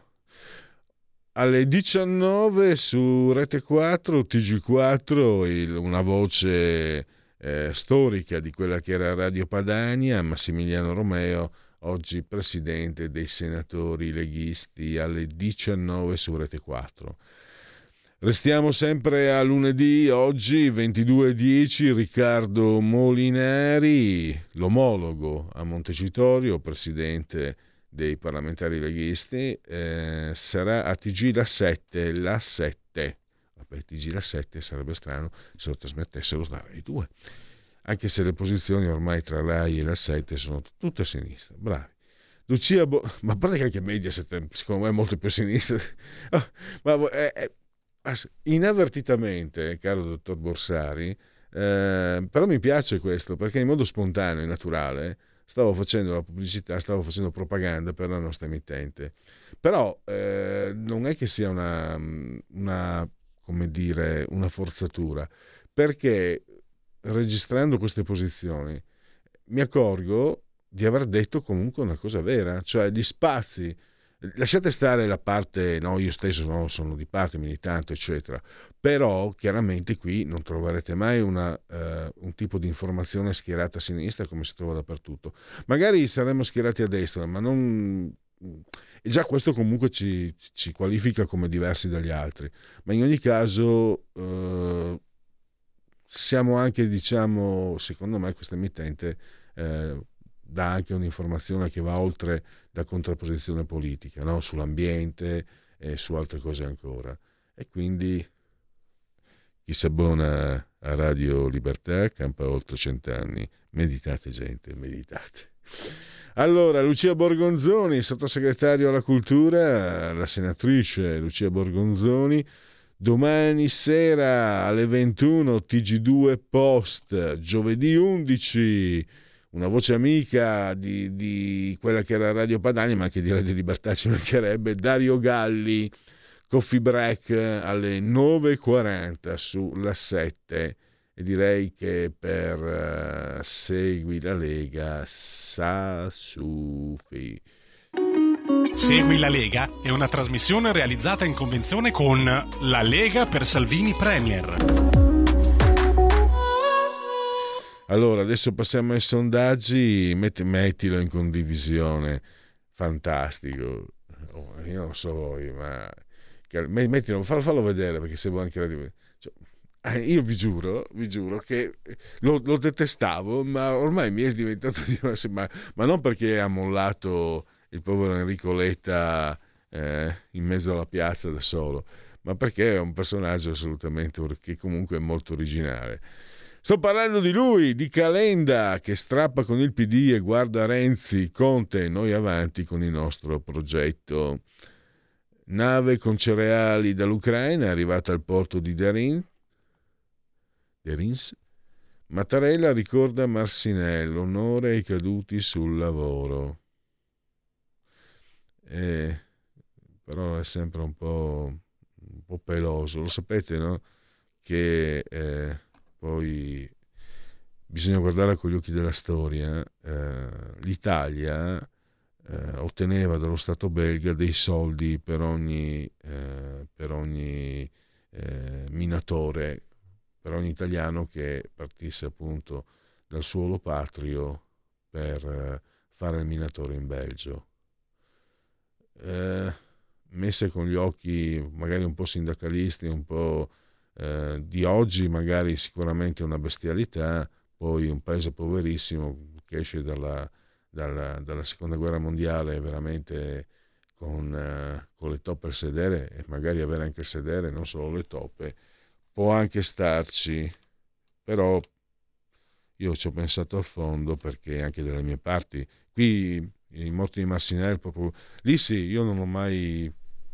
Alle diciannove su Rete quattro, T G quattro, il, una voce eh, storica di quella che era Radio Padania, Massimiliano Romeo, oggi presidente dei senatori leghisti, alle diciannove su Rete quattro. Restiamo sempre a lunedì, oggi ventidue dieci, Riccardo Molinari, l'omologo a Montecitorio, presidente dei parlamentari leghisti, eh, sarà a T G La sette, La sette. Vabbè, T G La sette sarebbe strano se lo trasmettessero da Rai due, anche se le posizioni ormai tra Rai e La sette sono tutte a sinistra. Bravi. Lucia Bo- ma a parte che anche Mediaset secondo me è molto più a sinistra. Oh, ma eh, eh, inavvertitamente, caro dottor Borsari, eh, però mi piace questo, perché in modo spontaneo e naturale stavo facendo la pubblicità, stavo facendo propaganda per la nostra emittente. Però eh, non è che sia una, una, come dire, una forzatura, perché registrando queste posizioni mi accorgo di aver detto comunque una cosa vera, cioè gli spazi. Lasciate stare la parte, no, io stesso no, sono di parte, militante, eccetera, però chiaramente qui non troverete mai una, uh, un tipo di informazione schierata a sinistra come si trova dappertutto. Magari saremmo schierati a destra, ma non... E già questo comunque ci, ci qualifica come diversi dagli altri, ma in ogni caso uh, siamo anche, diciamo, secondo me questa emittente uh, dà anche un'informazione che va oltre la contrapposizione politica, no? Sull'ambiente e su altre cose ancora. E quindi chi si abbona a Radio Libertà campa oltre cent'anni. Meditate, gente, meditate. Allora, Lucia Borgonzoni, sottosegretario alla cultura, la senatrice Lucia Borgonzoni, domani sera alle ventuno T G due Post, giovedì undici, una voce amica di, di quella che era Radio Padania, ma anche di Radio Libertà ci mancherebbe, Dario Galli, coffee break alle nove e quaranta sulla sette, e direi che per uh, Segui la Lega sa Sufi. Segui la Lega è una trasmissione realizzata in convenzione con La Lega per Salvini Premier. Allora, adesso passiamo ai sondaggi. Metti, mettilo in condivisione. Fantastico. Oh, io non so voi, ma mettilo, fallo, fallo vedere, perché se vuoi anche la... cioè, io vi giuro, vi giuro che lo, lo detestavo, ma ormai mi è diventato di... ma, ma non perché ha mollato il povero Enrico Letta eh, in mezzo alla piazza da solo, ma perché è un personaggio assolutamente, che comunque è molto originale. Sto parlando di lui, di Calenda, che strappa con il P D e guarda Renzi, Conte, noi avanti con il nostro progetto. Nave con cereali dall'Ucraina è arrivata al porto di Derin. Derins. Mattarella ricorda Marcinelle, onore ai caduti sul lavoro. Eh, però è sempre un po', un po' peloso, lo sapete, no? Che eh, poi bisogna guardare con gli occhi della storia. Eh, L'Italia eh, otteneva dallo Stato belga dei soldi per ogni, eh, per ogni eh, minatore, per ogni italiano che partisse appunto dal suolo patrio per eh, fare il minatore in Belgio. Eh, messe con gli occhi magari un po' sindacalisti, un po' eh, di oggi, magari sicuramente una bestialità. Poi un paese poverissimo che esce dalla, dalla, dalla seconda guerra mondiale veramente con, eh, con le toppe al sedere, e magari avere anche il sedere, non solo le toppe, può anche starci. Però io ci ho pensato a fondo, perché anche dalle mie parti qui i morti di Marcinelle, proprio lì sì, io non ho mai,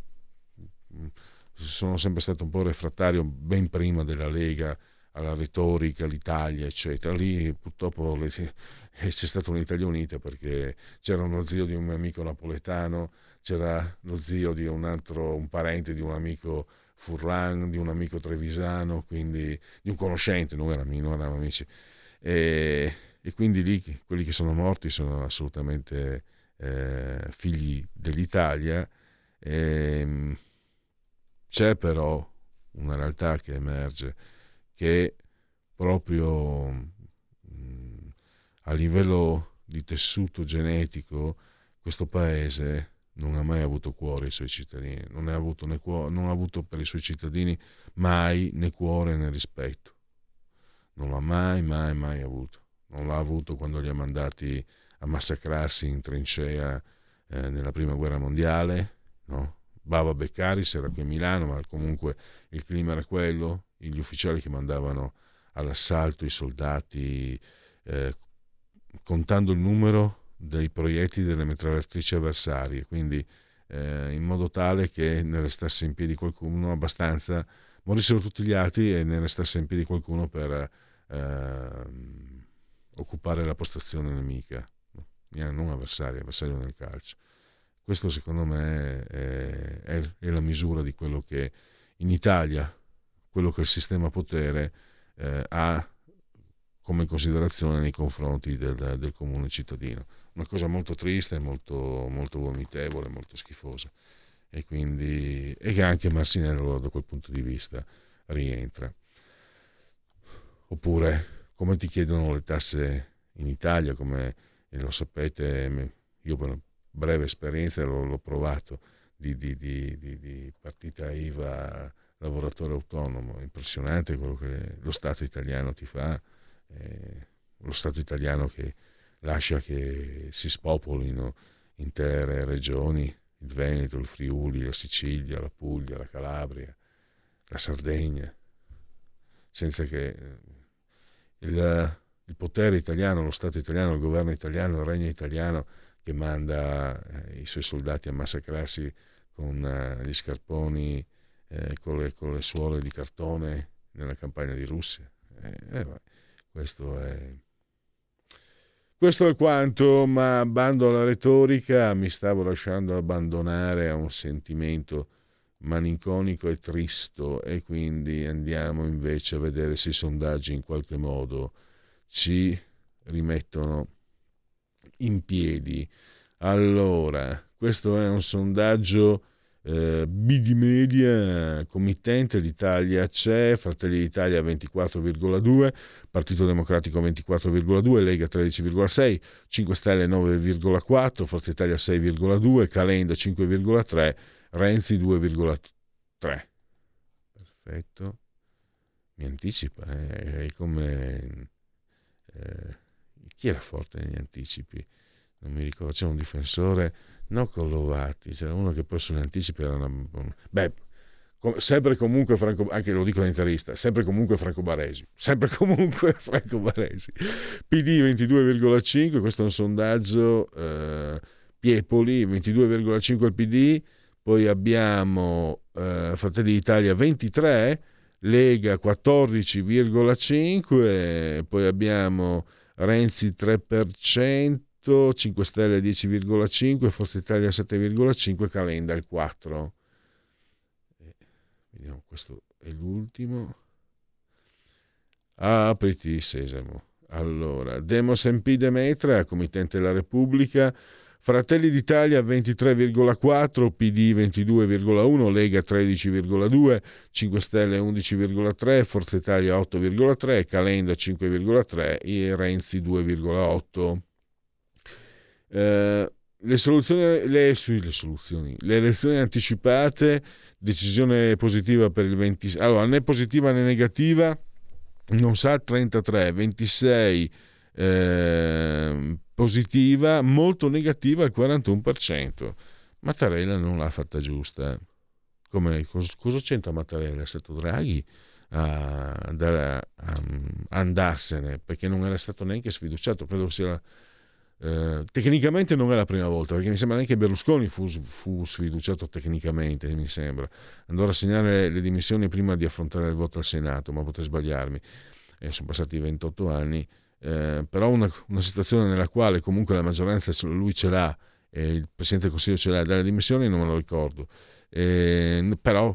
sono sempre stato un po' refrattario ben prima della Lega alla retorica, l'Italia eccetera. Lì purtroppo le, c'è stata un'Italia unita, perché c'era uno zio di un mio amico napoletano, c'era lo zio di un altro, un parente di un amico Furlan, di un amico trevisano, quindi di un conoscente, non erano, non erano amici, e, e quindi lì quelli che sono morti sono assolutamente eh, figli dell'Italia. E, c'è però una realtà che emerge, che proprio mh, a livello di tessuto genetico questo paese non ha mai avuto cuore ai suoi cittadini, non ha avuto, né cuore, non ha avuto per i suoi cittadini mai né cuore né rispetto, non l'ha mai mai mai avuto. Non l'ha avuto quando li ha mandati a massacrarsi in trincea eh, nella prima guerra mondiale, no? Bava Beccaris era qui a Milano, ma comunque il clima era quello, gli ufficiali che mandavano all'assalto i soldati eh, contando il numero dei proiettili delle mitragliatrici avversarie, quindi eh, in modo tale che ne restasse in piedi qualcuno abbastanza, morissero tutti gli altri e ne restasse in piedi qualcuno per eh, occupare la postazione nemica, non avversario, avversario nel calcio. Questo secondo me è, è, è la misura di quello che in Italia, quello che il sistema potere eh, ha come considerazione nei confronti del, del comune cittadino. Una cosa molto triste, molto, molto vomitevole, molto schifosa, e quindi e che anche Marcinelle da quel punto di vista rientra. Oppure come ti chiedono le tasse in Italia, come lo sapete, io per una breve esperienza l'ho, l'ho provato di, di, di, di, di partita I V A lavoratore autonomo. Impressionante quello che lo Stato italiano ti fa, eh, lo Stato italiano che lascia che si spopolino intere regioni, il Veneto, il Friuli, la Sicilia, la Puglia, la Calabria, la Sardegna, senza che il, il potere italiano, lo Stato italiano, il governo italiano, il regno italiano che manda eh, i suoi soldati a massacrarsi con eh, gli scarponi, eh, con, le, con le suole di cartone nella campagna di Russia. Eh, eh, questo è questo è quanto, ma bando alla retorica, mi stavo lasciando abbandonare a un sentimento malinconico e tristo, e quindi andiamo invece a vedere se i sondaggi in qualche modo ci rimettono in piedi. Allora, questo è un sondaggio eh, B di media, committente, l'Italia c'è, Fratelli d'Italia ventiquattro virgola due, Partito Democratico ventiquattro virgola due, Lega tredici virgola sei, cinque Stelle nove virgola quattro, Forza Italia sei virgola due, Calenda cinque virgola tre, Renzi due virgola tre. Perfetto. Mi anticipa, eh, è come eh, chi era forte negli anticipi? Non mi ricordo, c'era un difensore, no, Collovati, c'era uno che poi sugli anticipi era una... Beh, com- sempre comunque Franco, anche lo dico da interista, sempre comunque Franco Baresi, sempre comunque Franco Baresi. P D ventidue virgola cinque, questo è un sondaggio, eh, Piepoli ventidue virgola cinque il P D, poi abbiamo eh, Fratelli d'Italia ventitré, Lega quattordici virgola cinque, poi abbiamo Renzi tre per cento, cinque Stelle dieci virgola cinque, Forza Italia sette virgola cinque, Calenda il quattro. Vediamo, questo è l'ultimo. Apriti Sesamo. Allora, Demos M P Demetra, committente della Repubblica, Fratelli d'Italia ventitré virgola quattro, P D ventidue virgola uno, Lega tredici virgola due, cinque Stelle undici virgola tre, Forza Italia otto virgola tre, Calenda cinque virgola tre e Renzi due virgola otto. Eh, le soluzioni, le, le soluzioni, le elezioni anticipate, decisione positiva per il venti, allora né positiva né negativa, non sa trentatré, ventisei eh, positiva, molto negativa il quarantuno per cento. Mattarella non l'ha fatta giusta. Come, cosa, cosa c'entra Mattarella? È stato Draghi a, a, a andarsene, perché non era stato neanche sfiduciato, credo sia eh, tecnicamente non è la prima volta, perché mi sembra neanche Berlusconi fu, fu sfiduciato tecnicamente, mi sembra andò a rassegnare le dimissioni prima di affrontare il voto al Senato, ma potrei sbagliarmi, eh, sono passati ventotto anni. Eh, però una, una situazione nella quale comunque la maggioranza lui ce l'ha e il Presidente del Consiglio ce l'ha, dalle dimissioni non me lo ricordo, eh, però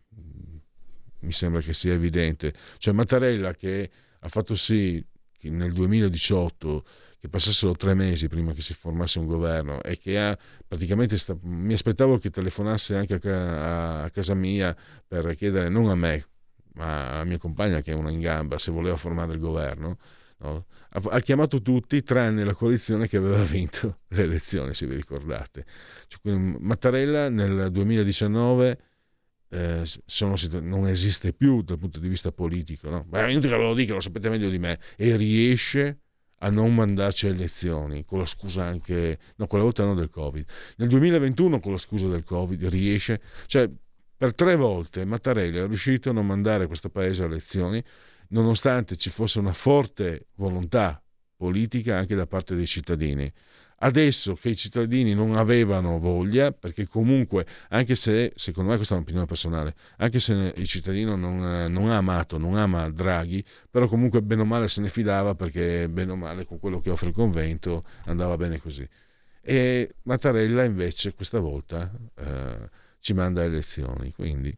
mi sembra che sia evidente, cioè Mattarella che ha fatto sì che nel duemiladiciotto che passassero tre mesi prima che si formasse un governo e che ha praticamente sta, mi aspettavo che telefonasse anche a, a casa mia per chiedere, non a me ma alla mia compagna che è una in gamba, se voleva formare il governo. No? Ha, ha chiamato tutti tranne la coalizione che aveva vinto le elezioni, se vi ricordate. Cioè, Mattarella nel duemiladiciannove eh, sono, non esiste più dal punto di vista politico, no? Ma è inutile che ve lo dica, lo sapete meglio di me, e riesce a non mandarci a elezioni con la scusa anche, no, quella volta no, del Covid. Nel duemilaventuno con la scusa del Covid riesce, cioè per tre volte Mattarella è riuscito a non mandare questo paese a elezioni, nonostante ci fosse una forte volontà politica anche da parte dei cittadini. Adesso che i cittadini non avevano voglia, perché comunque, anche se, secondo me questa è un'opinione personale, anche se il cittadino non, non ha amato, non ama Draghi, però comunque bene o male se ne fidava, perché bene o male con quello che offre il convento andava bene così. E Mattarella invece questa volta eh, ci manda a elezioni, quindi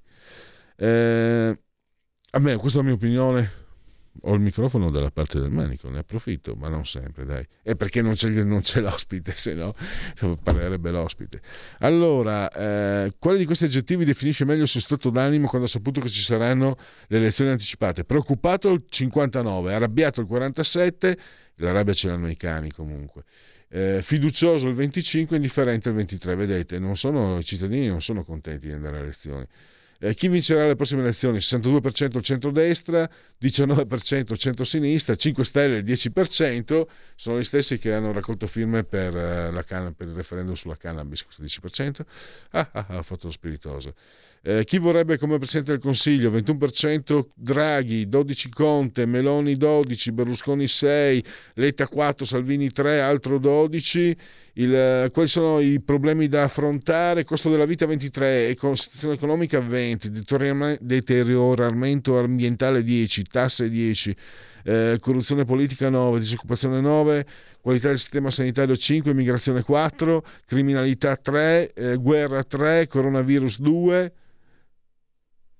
eh, a me, questa è la mia opinione. Ho il microfono dalla parte del manico, ne approfitto, ma non sempre, dai. È perché non c'è, non c'è l'ospite, se no parlerebbe l'ospite. Allora, eh, quale di questi aggettivi definisce meglio il suo stato d'animo quando ha saputo che ci saranno le elezioni anticipate? Preoccupato il cinquantanove, arrabbiato il quarantasette, la rabbia ce l'hanno i cani comunque. Eh, fiducioso il venticinque, indifferente il ventitré. Vedete, non sono, i cittadini non sono contenti di andare alle elezioni. Eh, chi vincerà le prossime elezioni? sessantadue per cento il centrodestra, diciannove per cento il centrosinistra, cinque Stelle il dieci per cento, sono gli stessi che hanno raccolto firme per, uh, la can- per il referendum sulla cannabis, questo dieci per cento. Ah, ah, ah, ho fatto lo spiritoso. Eh, chi vorrebbe come Presidente del Consiglio? ventuno per cento Draghi, dodici Conte, Meloni dodici, Berlusconi sei, Letta quattro, Salvini tre, altro dodici. Il, quali sono i problemi da affrontare? Costo della vita ventitré, situazione economica venti, deterioramento ambientale dieci, tasse dieci, eh, corruzione politica nove, disoccupazione nove, qualità del sistema sanitario cinque, immigrazione quattro, criminalità tre, eh, guerra tre, coronavirus due,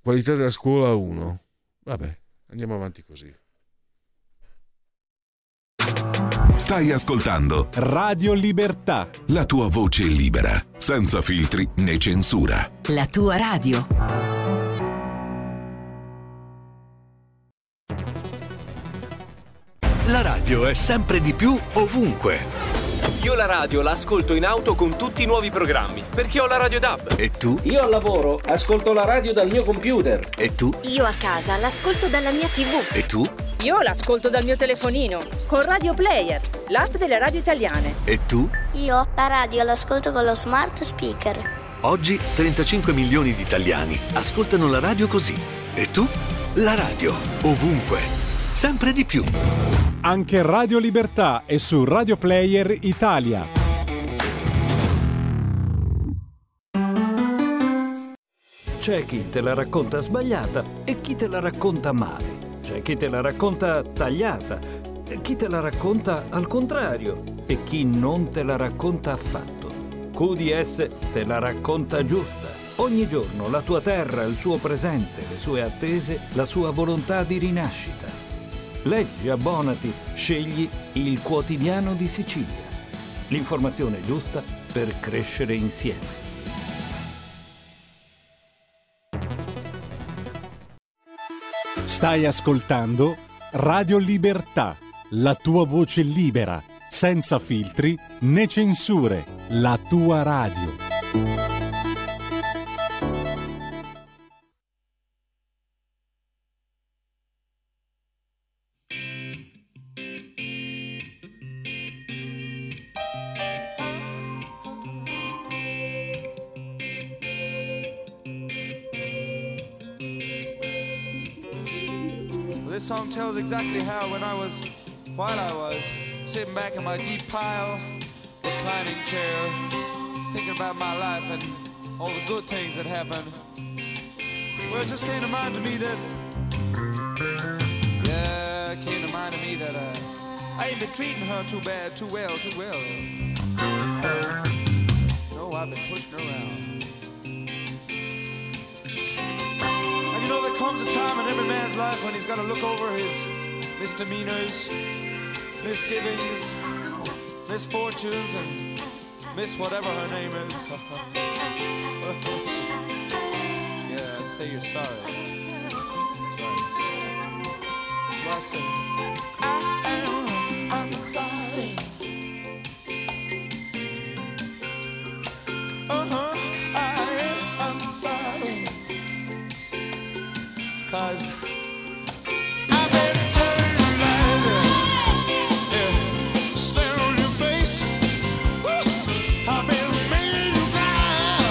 Qualità della scuola uno. Vabbè, andiamo avanti così. Stai ascoltando Radio Libertà. La tua voce libera, senza filtri né censura. La tua radio. La radio è sempre di più ovunque. Io la radio la ascolto in auto con tutti i nuovi programmi, perché ho la Radio D A B. E tu? Io al lavoro ascolto la radio dal mio computer. E tu? Io a casa l'ascolto dalla mia tivù. E tu? Io l'ascolto dal mio telefonino, con Radio Player, l'app delle radio italiane. E tu? Io la radio l'ascolto con lo smart speaker. Oggi trentacinque milioni di italiani ascoltano la radio così. E tu? La radio, ovunque, sempre di più. Anche Radio Libertà è su Radio Player Italia. C'è chi te la racconta sbagliata e chi te la racconta male. C'è chi te la racconta tagliata e chi te la racconta al contrario e chi non te la racconta affatto. Q D S te la racconta giusta. Ogni giorno la tua terra, il suo presente, le sue attese, la sua volontà di rinascita. Leggi, abbonati, scegli il Quotidiano di Sicilia. L'informazione giusta per crescere insieme. Stai ascoltando Radio Libertà, la tua voce libera, senza filtri né censure, la tua radio. This song tells exactly how when I was, while I was sitting back in my deep pile, reclining chair, thinking about my life and all the good things that happened, well, it just came to mind to me that, yeah, it came to mind to me that uh, I ain't been treating her too bad, too well, too well. No, I've been pushing her around. You know, there comes a time in every man's life when he's got to look over his misdemeanors, misgivings, misfortunes, and miss whatever her name is. Yeah, and say you're sorry. That's right. That's why I say, I am, I'm sorry. Uh-huh, I am, I'm sorry. 'Cause I've been turning around, yeah, staring on your face. Woo. I've been making you cry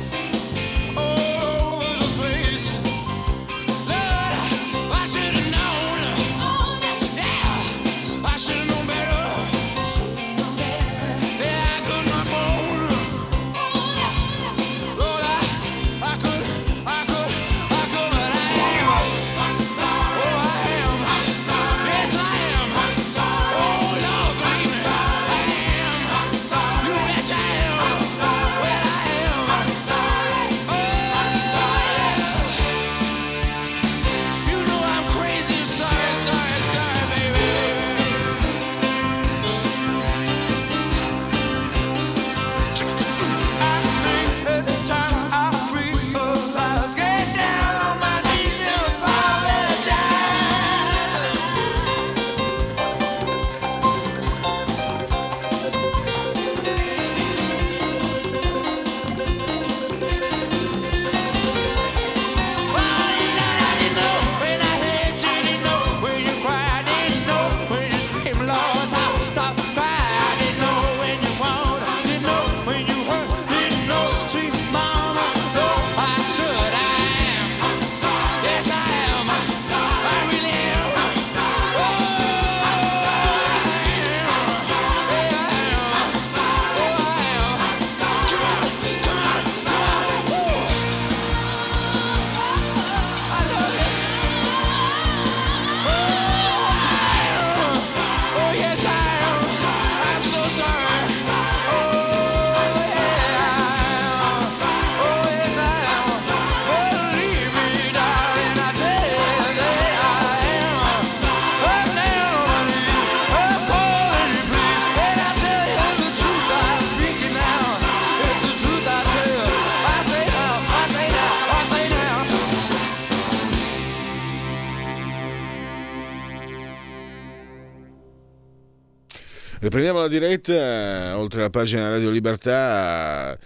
all over the place. Lord, I should have known, yeah, I should have known better. Prendiamo la diretta, oltre alla pagina Radio Libertà.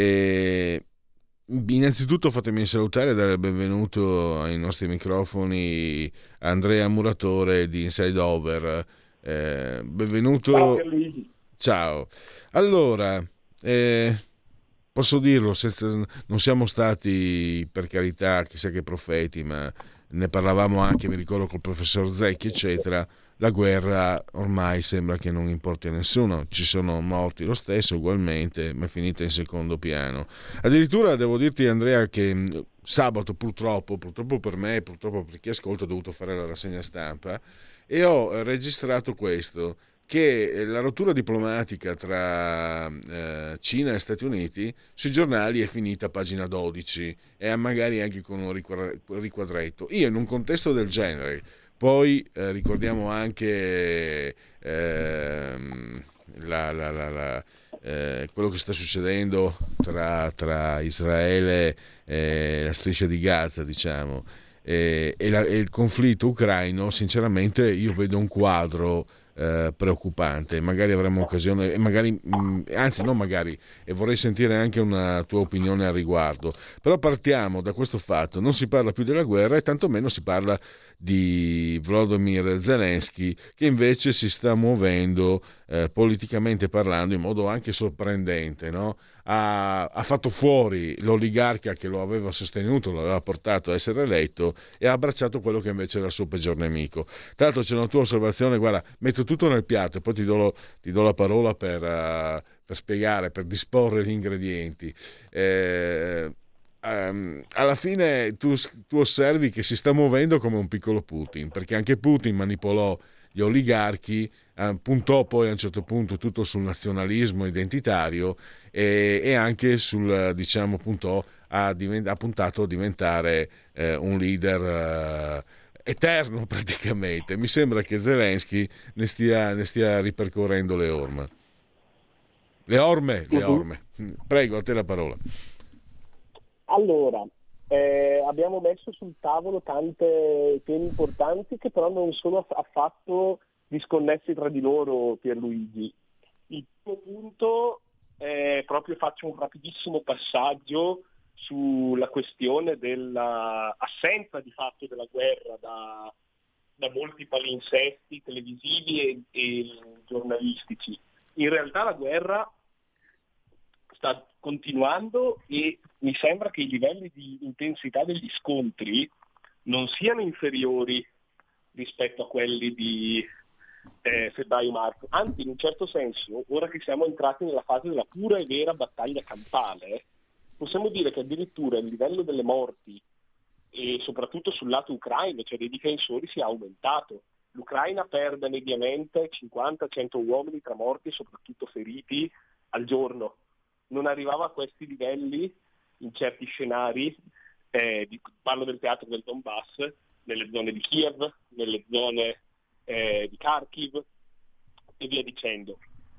E innanzitutto fatemi salutare e dare il benvenuto ai nostri microfoni Andrea Muratore di Inside Over. Eh, benvenuto. Ciao Luigi. Ciao. Allora, eh, posso dirlo, senza, non siamo stati, per carità, chissà che profeti, ma ne parlavamo anche, mi ricordo, col professor Zecchi, eccetera. La guerra ormai sembra che non importi a nessuno, ci sono morti lo stesso ugualmente, ma è finita in secondo piano. Addirittura devo dirti, Andrea, che sabato purtroppo, purtroppo per me, purtroppo per chi ascolta, ho dovuto fare la rassegna stampa e ho registrato questo, che la rottura diplomatica tra eh, Cina e Stati Uniti sui giornali è finita a pagina dodici e magari anche con un riquadretto. Io in un contesto del genere, poi eh, ricordiamo anche eh, la, la, la, la, eh, quello che sta succedendo tra, tra Israele e la striscia di Gaza, diciamo, e, e, la, e il conflitto ucraino. Sinceramente io vedo un quadro Eh, preoccupante. Magari avremo occasione, e magari, mh, anzi non magari, e vorrei sentire anche una tua opinione al riguardo. Però partiamo da questo fatto: non si parla più della guerra e tantomeno si parla di Volodymyr Zelensky, che invece si sta muovendo eh, politicamente parlando in modo anche sorprendente, no? Ha, ha fatto fuori l'oligarca che lo aveva sostenuto, lo aveva portato a essere eletto, e ha abbracciato quello che invece era il suo peggior nemico. Tra l'altro c'è una tua osservazione, guarda, metto tutto nel piatto e poi ti do, ti do la parola per, uh, per spiegare, per disporre gli ingredienti. Eh, um, alla fine tu, tu osservi che si sta muovendo come un piccolo Putin, perché anche Putin manipolò gli oligarchi, puntò poi a un certo punto tutto sul nazionalismo identitario e, e anche sul, diciamo, puntò a, divent- ha puntato a diventare eh, un leader eh, eterno praticamente. Mi sembra che Zelensky ne stia, ne stia ripercorrendo le orme. Le orme, le orme. Prego, a te la parola. Allora, eh, abbiamo messo sul tavolo tante temi importanti che però non sono affatto disconnessi tra di loro, Pierluigi. Il primo punto, eh, proprio faccio un rapidissimo passaggio sulla questione dell'assenza di fatto della guerra da, da molti palinsesti televisivi e, e giornalistici. In realtà la guerra sta continuando e mi sembra che i livelli di intensità degli scontri non siano inferiori rispetto a quelli di eh, febbraio-marzo. Anzi, in un certo senso, ora che siamo entrati nella fase della pura e vera battaglia campale, possiamo dire che addirittura il livello delle morti, e soprattutto sul lato ucraino, cioè dei difensori, si è aumentato. L'Ucraina perde mediamente cinquanta cento uomini tra morti e soprattutto feriti al giorno. Non arrivava a questi livelli in certi scenari, eh, di, parlo del teatro del Donbass, nelle zone di Kiev, nelle zone eh, di Kharkiv e via dicendo.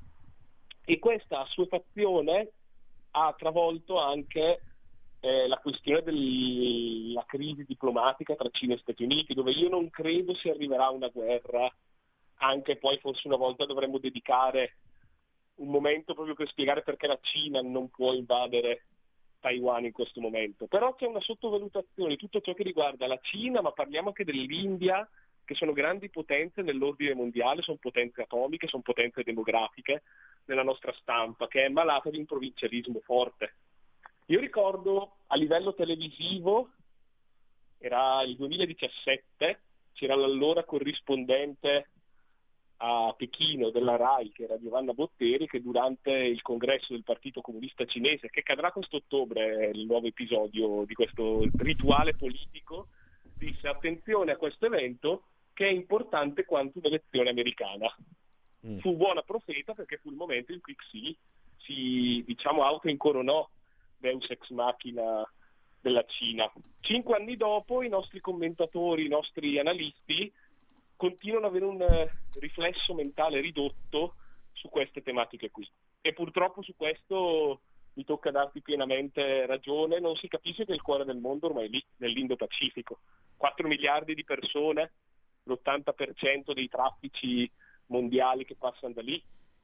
E questa assuefazione ha travolto anche eh, la questione della crisi diplomatica tra Cina e Stati Uniti, dove io non credo si arriverà a una guerra, anche poi forse una volta dovremmo dedicare un momento proprio per spiegare perché la Cina non può invadere Taiwan in questo momento. Però c'è una sottovalutazione di tutto ciò che riguarda la Cina, ma parliamo anche dell'India, che sono grandi potenze nell'ordine mondiale, sono potenze atomiche, sono potenze demografiche nella nostra stampa, che è malata di un provincialismo forte. Io ricordo a livello televisivo, era il duemiladiciassette, c'era l'allora corrispondente a Pechino della RAI, che era Giovanna Botteri, che durante il congresso del Partito Comunista Cinese, che cadrà quest'ottobre, il nuovo episodio di questo rituale politico, disse: attenzione a questo evento che è importante quanto un'elezione americana. Mm. Fu buona profeta, perché fu il momento in cui Xi si, diciamo, autoincoronò Deus ex machina della Cina. Cinque anni dopo i nostri commentatori, i nostri analisti continuano ad avere un riflesso mentale ridotto su queste tematiche qui. E purtroppo su questo mi tocca darti pienamente ragione, non si capisce che il cuore del mondo ormai è lì, nell'Indo-Pacifico. quattro miliardi di persone, l'ottanta per cento dei traffici mondiali che passano da lì,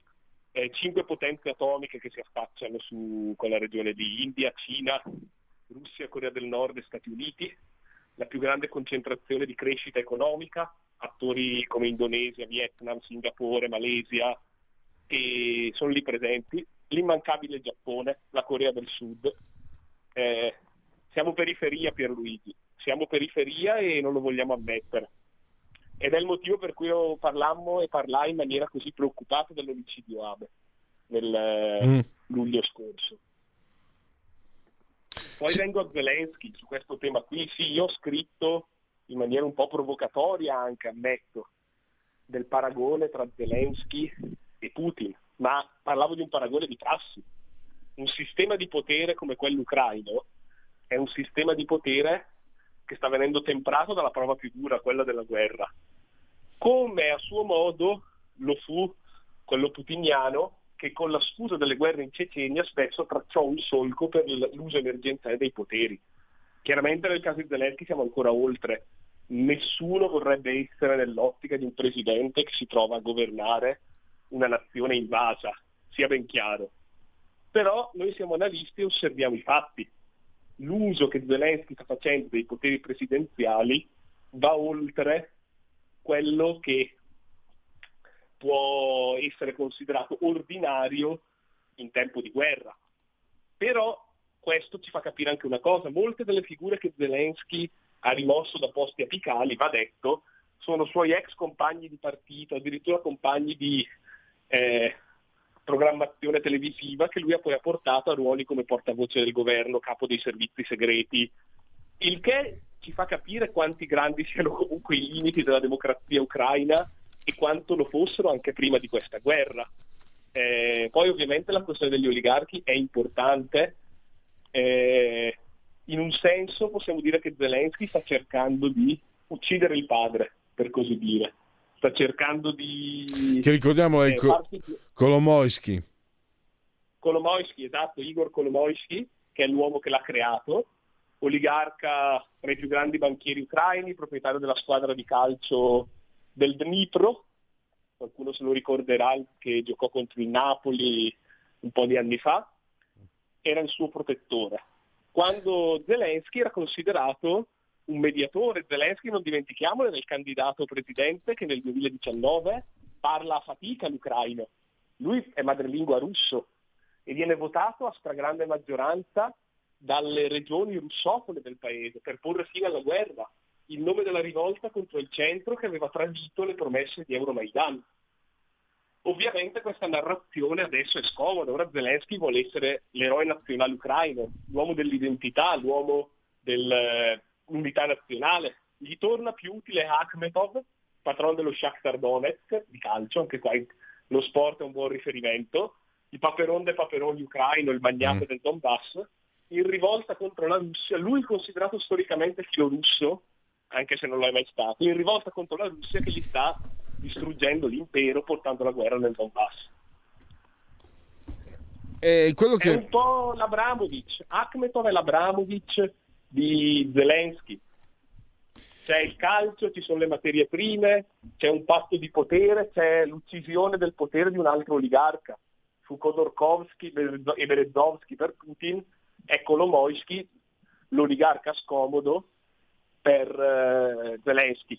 eh, cinque potenze atomiche che si affacciano su quella regione di India, Cina, Russia, Corea del Nord e Stati Uniti, la più grande concentrazione di crescita economica, attori come Indonesia, Vietnam, Singapore, Malesia, che sono lì presenti, l'immancabile Giappone, la Corea del Sud. Eh, siamo periferia, Pierluigi, siamo periferia e non lo vogliamo ammettere. Ed è il motivo per cui io parlammo e parlai in maniera così preoccupata dell'omicidio Abe nel mm. luglio scorso. Poi sì. Vengo a Zelensky su questo tema qui. Sì, io ho scritto in maniera un po' provocatoria, anche ammetto, del paragone tra Zelensky e Putin, ma parlavo di un paragone di prassi. Un sistema di potere come quello ucraino è un sistema di potere che sta venendo temprato dalla prova più dura, quella della guerra, come a suo modo lo fu quello putiniano, che con la scusa delle guerre in Cecenia spesso tracciò un solco per l'uso emergenziale dei poteri. Chiaramente nel caso di Zelensky siamo ancora oltre. Nessuno vorrebbe essere nell'ottica di un presidente che si trova a governare una nazione invasa, sia ben chiaro. Però noi siamo analisti e osserviamo i fatti. L'uso che Zelensky sta facendo dei poteri presidenziali va oltre quello che può essere considerato ordinario in tempo di guerra. Però questo ci fa capire anche una cosa: molte delle figure che Zelensky ha rimosso da posti apicali, va detto, sono suoi ex compagni di partito, addirittura compagni di eh, programmazione televisiva, che lui ha poi ha portato a ruoli come portavoce del governo, capo dei servizi segreti, il che ci fa capire quanti grandi siano comunque i limiti della democrazia ucraina e quanto lo fossero anche prima di questa guerra. Eh, poi ovviamente la questione degli oligarchi è importante. Eh, in un senso possiamo dire che Zelensky sta cercando di uccidere il padre, per così dire. Sta cercando di... Che ricordiamo è eh, Co- Kolomoisky. Kolomoisky, esatto, Igor Kolomoisky, che è l'uomo che l'ha creato, oligarca tra i più grandi banchieri ucraini, proprietario della squadra di calcio del Dnipro, qualcuno se lo ricorderà, che giocò contro il Napoli un po' di anni fa, era il suo protettore. Quando Zelensky era considerato un mediatore, Zelensky, non dimentichiamolo, era il candidato presidente che nel duemiladiciannove parla a fatica l'ucraino. Lui è madrelingua russo e viene votato a stragrande maggioranza dalle regioni russofone del paese per porre fine alla guerra, in nome della rivolta contro il centro che aveva tradito le promesse di Euromaidan. Ovviamente questa narrazione adesso è scomoda. Ora Zelensky vuole essere l'eroe nazionale ucraino, l'uomo dell'identità, l'uomo dell'unità nazionale. Gli torna più utile Akhmetov, patron dello Shakhtar Donetsk di calcio, anche qua lo sport è un buon riferimento, il Paperon dei Paperoni ucraino, il magnate mm. del Donbass, in rivolta contro la Russia, lui considerato storicamente filorusso, anche se non lo è mai stato, in rivolta contro la Russia che gli sta distruggendo l'impero, portando la guerra nel Donbass. È, quello che... è un po' l'Abramovic. Akhmetov è l'Abramovic di Zelensky. C'è il calcio, ci sono le materie prime, c'è un patto di potere, c'è l'uccisione del potere di un altro oligarca. Fu Khodorkovsky e Berezovsky per Putin, è Kolomoisky l'oligarca scomodo per uh, Zelensky.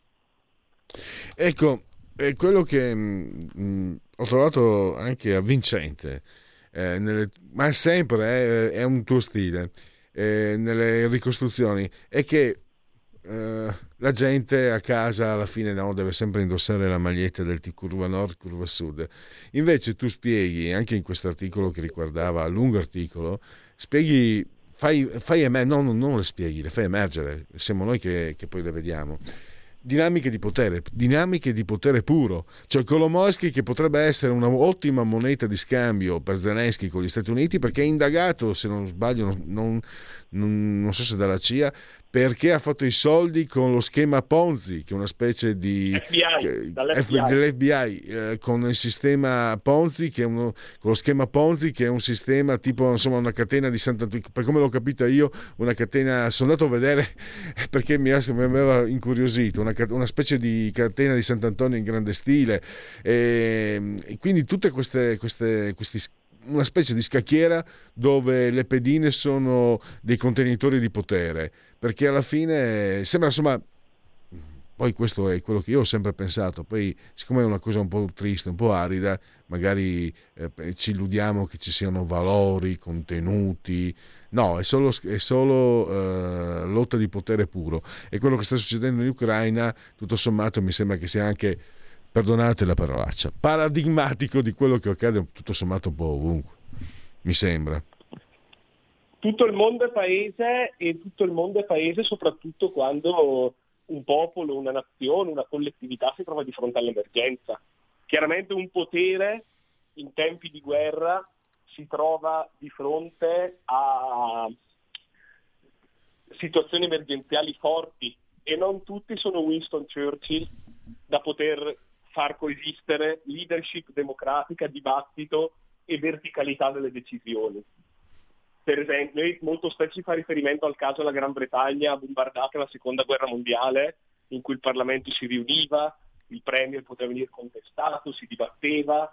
Ecco, è quello che mh, ho trovato anche avvincente, eh, nelle, ma sempre eh, è un tuo stile, eh, nelle ricostruzioni, è che eh, la gente a casa alla fine no, deve sempre indossare la maglietta del curva nord, curva sud. Invece tu spieghi, anche in questo articolo che riguardava, lungo articolo, spieghi, fai, fai emer- no, no, non le spieghi, le fai emergere, siamo noi che, che poi le vediamo. Dinamiche di potere, dinamiche di potere puro, cioè Kolomoisky che potrebbe essere un'ottima moneta di scambio per Zelensky con gli Stati Uniti, perché è indagato, se non sbaglio, non, non, non so se dalla C I A, perché ha fatto i soldi con lo schema Ponzi, che è una specie di F B I, dall'F B I. dell'F B I, eh, con il sistema Ponzi, che è uno, con lo schema Ponzi, che è un sistema tipo, insomma, una catena di Sant'Antonio, per come l'ho capita io, una catena, sono andato a vedere perché mi, mi aveva incuriosito, una, una specie di catena di Sant'Antonio in grande stile, e, e quindi tutte queste, queste questi una specie di scacchiera dove le pedine sono dei contenitori di potere, perché alla fine sembra, insomma, poi questo è quello che io ho sempre pensato, poi siccome è una cosa un po' triste, un po' arida, magari eh, ci illudiamo che ci siano valori, contenuti, no, è solo, è solo eh, lotta di potere puro, e quello che sta succedendo in Ucraina tutto sommato mi sembra che sia anche, perdonate la parolaccia, paradigmatico di quello che accade tutto sommato un po' ovunque, mi sembra. Tutto il mondo è paese, e tutto il mondo è paese soprattutto quando un popolo, una nazione, una collettività si trova di fronte all'emergenza. Chiaramente un potere in tempi di guerra si trova di fronte a situazioni emergenziali forti, e non tutti sono Winston Churchill da poter far coesistere leadership democratica, dibattito e verticalità delle decisioni. Per esempio, molto spesso si fa riferimento al caso della Gran Bretagna bombardata nella Seconda Guerra Mondiale, in cui il Parlamento si riuniva, il Premier poteva venire contestato, si dibatteva,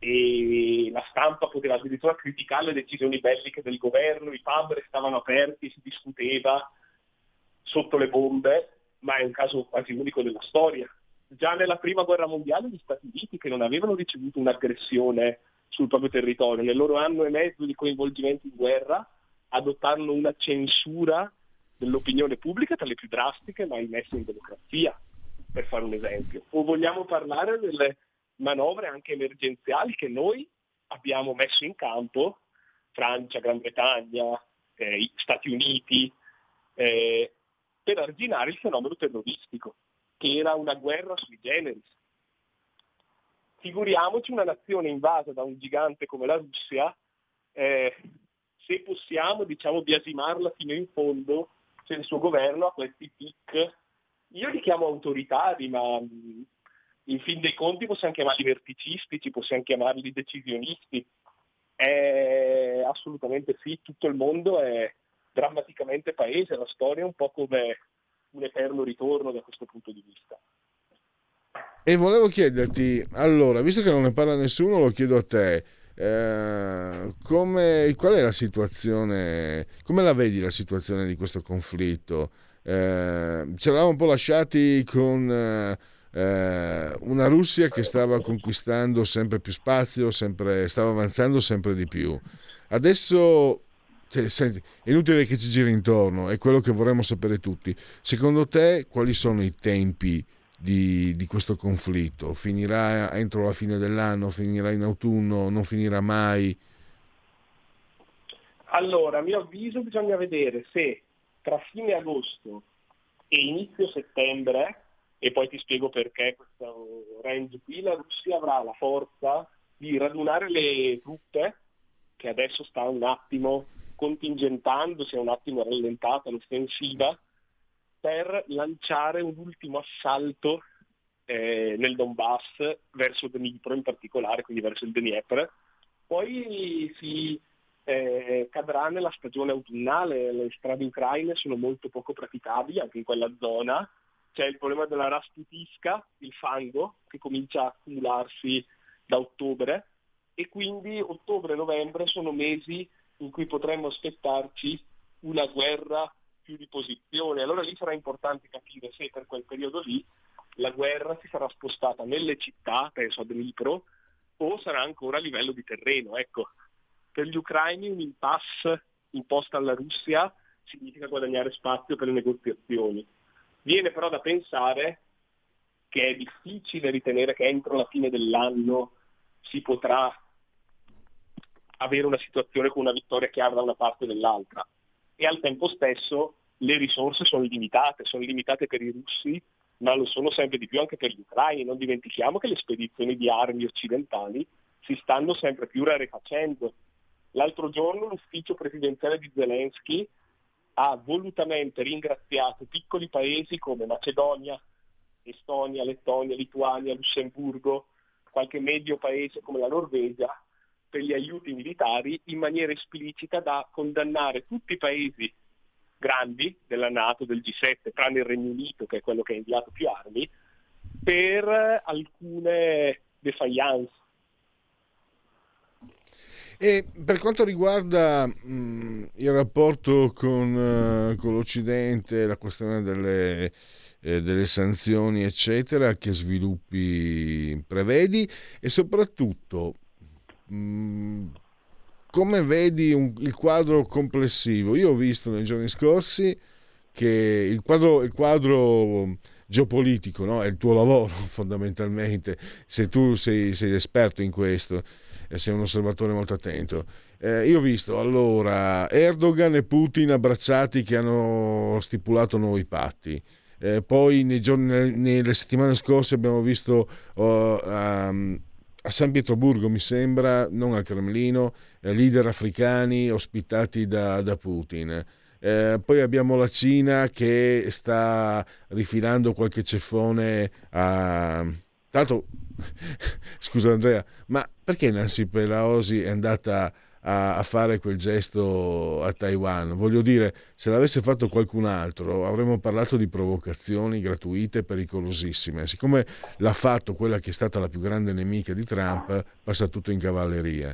e la stampa poteva addirittura criticare le decisioni belliche del governo, i pub restavano aperti, si discuteva sotto le bombe, ma è un caso quasi unico della storia. Già nella Prima Guerra Mondiale gli Stati Uniti, che non avevano ricevuto un'aggressione sul proprio territorio, nel loro anno e mezzo di coinvolgimento in guerra, adottarono una censura dell'opinione pubblica tra le più drastiche mai messe in democrazia, per fare un esempio. O vogliamo parlare delle manovre anche emergenziali che noi abbiamo messo in campo, Francia, Gran Bretagna, eh, Stati Uniti, eh, per arginare il fenomeno terroristico, che era una guerra sui generis. Figuriamoci una nazione invasa da un gigante come la Russia, eh, se possiamo, diciamo, biasimarla fino in fondo, se il suo governo ha questi tic, io li chiamo autoritari, ma in fin dei conti possiamo chiamarli verticistici, possiamo chiamarli decisionisti. È assolutamente sì, tutto il mondo è drammaticamente paese, la storia è un po' come un eterno ritorno da questo punto di vista. E volevo chiederti, allora, visto che non ne parla nessuno, lo chiedo a te, eh, come, qual è la situazione, come la vedi la situazione di questo conflitto? Eh, ci eravamo un po' lasciati con eh, una Russia che stava conquistando sempre più spazio, sempre, stava avanzando sempre di più. Adesso, cioè, senti, è inutile che ci giri intorno, è quello che vorremmo sapere tutti. Secondo te quali sono i tempi Di, di questo conflitto? Finirà entro la fine dell'anno, finirà in autunno, non finirà mai? Allora, a mio avviso bisogna vedere se tra fine agosto e inizio settembre, e poi ti spiego perché questo range qui, la Russia avrà la forza di radunare le truppe, che adesso sta un attimo contingentandosi, è un attimo rallentata l'offensiva, per lanciare un ultimo assalto eh, nel Donbass, verso Dnipro in particolare, quindi verso il Dnieper. Poi si eh, cadrà nella stagione autunnale, le strade ucraine sono molto poco praticabili anche in quella zona, c'è il problema della Rasputiska, il fango, che comincia a accumularsi da ottobre, e quindi ottobre e novembre sono mesi in cui potremmo aspettarci una guerra più di posizione. Allora lì sarà importante capire se per quel periodo lì la guerra si sarà spostata nelle città, penso a Dnipro, o sarà ancora a livello di terreno. Ecco, per gli ucraini un impasse imposta alla Russia significa guadagnare spazio per le negoziazioni. Viene però da pensare che è difficile ritenere che entro la fine dell'anno si potrà avere una situazione con una vittoria chiara da una parte o dall'altra. E al tempo stesso le risorse sono limitate, sono limitate per i russi, ma lo sono sempre di più anche per gli ucraini. Non dimentichiamo che le spedizioni di armi occidentali si stanno sempre più rarefacendo. L'altro giorno l'ufficio presidenziale di Zelensky ha volutamente ringraziato piccoli paesi come Macedonia, Estonia, Lettonia, Lituania, Lussemburgo, qualche medio paese come la Norvegia, per gli aiuti militari, in maniera esplicita da condannare tutti i paesi grandi della NATO, del G sette, tranne il Regno Unito, che è quello che ha inviato più armi, per alcune defiance. E per quanto riguarda mh, il rapporto con, uh, con l'Occidente, la questione delle, eh, delle sanzioni, eccetera, che sviluppi prevedi, e soprattutto mh, come vedi un, il quadro complessivo? Io ho visto nei giorni scorsi che il quadro, il quadro geopolitico, no? È il tuo lavoro fondamentalmente, se tu sei, sei esperto in questo, sei un osservatore molto attento. Eh, io ho visto allora Erdogan e Putin abbracciati che hanno stipulato nuovi patti. Eh, poi nei giorni, nelle settimane scorse abbiamo visto oh, um, a San Pietroburgo, mi sembra, non al Cremlino, eh, leader africani ospitati da, da Putin. Eh, poi abbiamo la Cina che sta rifilando qualche ceffone a... Tanto, scusa Andrea, ma perché Nancy Pelosi è andata a, a fare quel gesto a Taiwan? Voglio dire, se l'avesse fatto qualcun altro avremmo parlato di provocazioni gratuite pericolosissime. Siccome l'ha fatto quella che è stata la più grande nemica di Trump, passa tutto in cavalleria.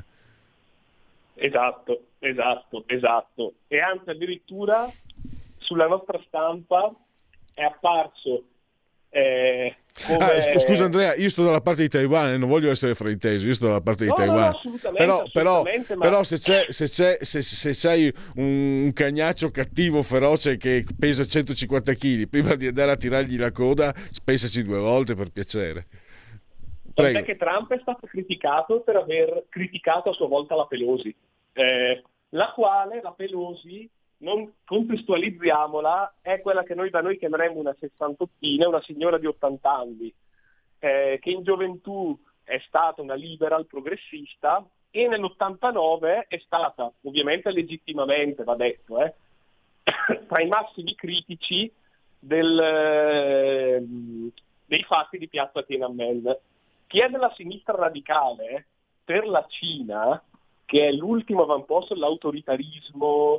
Esatto, esatto, esatto. E anzi addirittura sulla nostra stampa è apparso eh, come... ah, scusa Andrea, io sto dalla parte di Taiwan e non voglio essere frainteso, io sto dalla parte di no, Taiwan. No, assolutamente, però, assolutamente, però, ma... però se c'è, se c'è se, se sei un, un cagnaccio cattivo, feroce, che pesa centocinquanta chili, prima di andare a tirargli la coda, pensaci due volte, per piacere. Tant'è che Trump è stato criticato per aver criticato a sua volta la Pelosi, eh, la quale, la Pelosi, non contestualizziamola, è quella che noi da noi chiameremmo una sessantottina, una signora di ottanta anni, eh, che in gioventù è stata una liberal progressista e nell'ottantanove è stata, ovviamente legittimamente, va detto, eh, tra i massimi critici del, eh, dei fatti di piazza Tiananmen. Chi è della sinistra radicale per la Cina, che è l'ultimo avamposto dell'autoritarismo,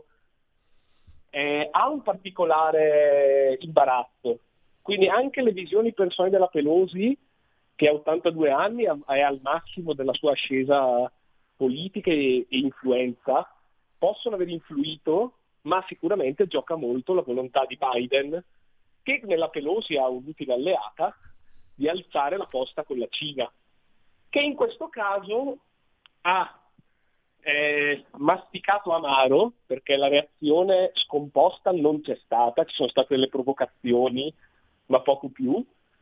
eh, ha un particolare imbarazzo. Quindi anche le visioni personali della Pelosi, che ha ottantadue anni, è al massimo della sua ascesa politica e, e influenza, possono aver influito, ma sicuramente gioca molto la volontà di Biden, che nella Pelosi ha un'utile alleata, di alzare la posta con la Cina, che in questo caso ha eh, masticato amaro, perché la reazione scomposta non c'è stata, ci sono state delle provocazioni, ma poco più.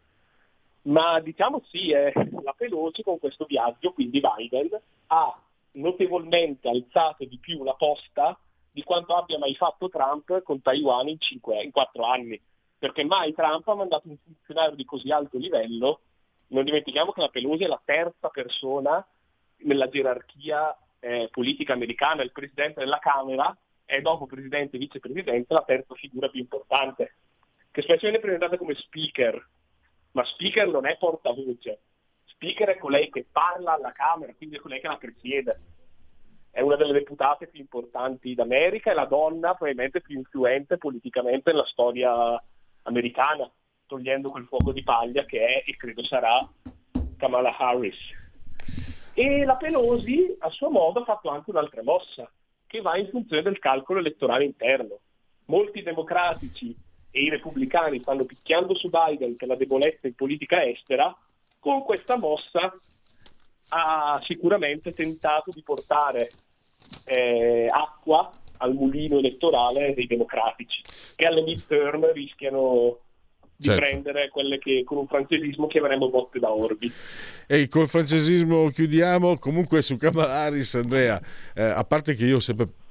Ma diciamo sì, eh, la Pelosi con questo viaggio, quindi Biden, ha notevolmente alzato di più la posta di quanto abbia mai fatto Trump con Taiwan in, cinque, in quattro anni. Perché mai Trump ha mandato un funzionario di così alto livello. Non dimentichiamo che la Pelosi è la terza persona nella gerarchia eh, politica americana, il presidente della Camera è, dopo presidente e vicepresidente, la terza figura più importante, che spesso viene presentata come speaker, ma speaker non è portavoce, speaker è colei che parla alla Camera, quindi è colei che la presiede. È una delle deputate più importanti d'America, è la donna probabilmente più influente politicamente nella storia americana, togliendo quel fuoco di paglia che è e credo sarà Kamala Harris. E la Pelosi a suo modo ha fatto anche un'altra mossa che va in funzione del calcolo elettorale interno. Molti democratici e i repubblicani stanno picchiando su Biden per la debolezza in politica estera. Con questa mossa ha sicuramente tentato di portare eh, acqua al mulino elettorale dei democratici, che alle midterm rischiano di certo. prendere quelle che con un francesismo chiameremo botte da orbi. E col francesismo chiudiamo. Comunque su Kamala Harris, Andrea, eh, a parte che io ho sempre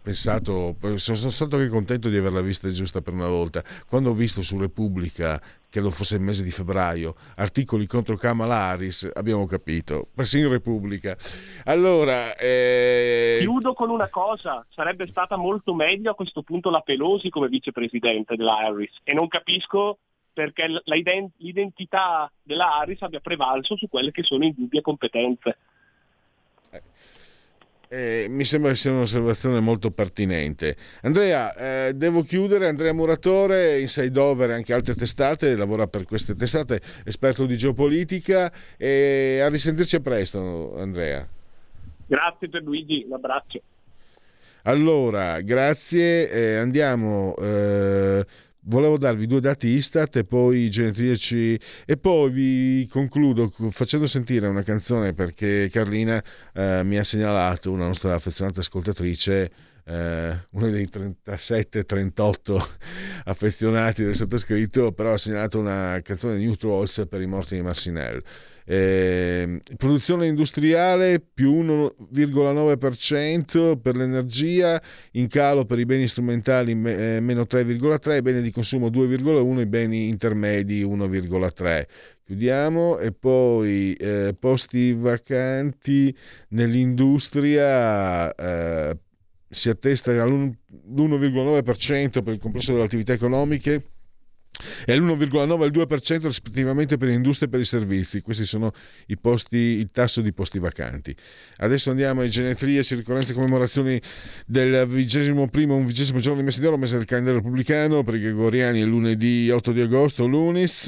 pensato, sono stato anche contento di averla vista giusta per una volta. Quando ho visto su Repubblica, credo fosse il mese di febbraio, articoli contro Kamala Harris, abbiamo capito, persino in Repubblica. Allora, eh... chiudo con una cosa: sarebbe stata molto meglio a questo punto la Pelosi come vicepresidente della Harris, e non capisco perché l'identità della Harris abbia prevalso su quelle che sono indubbie competenze. Eh. Eh, mi sembra che sia un'osservazione molto pertinente. Andrea, eh, devo chiudere. Andrea Muratore, Inside Over e anche altre testate, lavora per queste testate, esperto di geopolitica, e a risentirci presto, Andrea. Grazie Pierluigi, un abbraccio. Allora, grazie, eh, andiamo... Eh, volevo darvi due dati Istat e poi genetriaci, e poi vi concludo facendo sentire una canzone, perché Carlina eh, mi ha segnalato, una nostra affezionata ascoltatrice, eh, uno dei trentasette trentotto affezionati del sottoscritto, però ha segnalato una canzone di New Trolls per i morti di Marcinelle. Eh, produzione industriale più uno virgola nove per cento per l'energia, in calo per i beni strumentali me, eh, meno tre virgola tre, i beni di consumo due virgola uno, i beni intermedi uno virgola tre. Chiudiamo. E poi eh, posti vacanti nell'industria eh, si attesta all'uno virgola nove per cento per il complesso delle attività economiche e l'uno virgola nove al due per cento rispettivamente per l'industria e per i servizi. Questi sono i posti, il tasso di posti vacanti. Adesso andiamo ai genetrie, ricorrenze e commemorazioni del vigesimo primo undicesimo giorno di mese d'oro, mese del calendario repubblicano. Per i gregoriani è lunedì otto di agosto, lunis.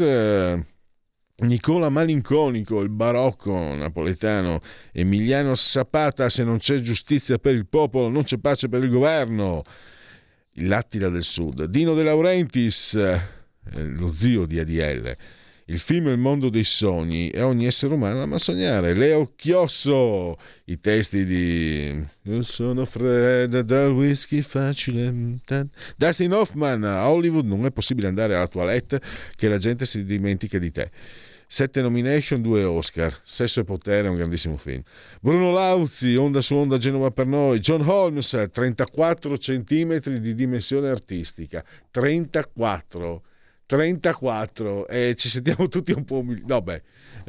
Nicola Malinconico, il barocco napoletano. Emiliano Sapata, se non c'è giustizia per il popolo non c'è pace per il governo. L'Attila del Sud. Dino De Laurentiis, lo zio di A D L. Il film Il mondo dei sogni, e ogni essere umano ama sognare. Leo Chiosso, i testi di Non sono fredda dal whisky facile. Dustin Hoffman, a Hollywood non è possibile andare alla toilette che la gente si dimentica di te. Sette nomination, due Oscar. Sesso e potere è un grandissimo film. Bruno Lauzi, Onda su onda, Genova per noi. John Holmes, trentaquattro centimetri di dimensione artistica. trentaquattro trentaquattro, e ci sentiamo tutti un po' umili- no beh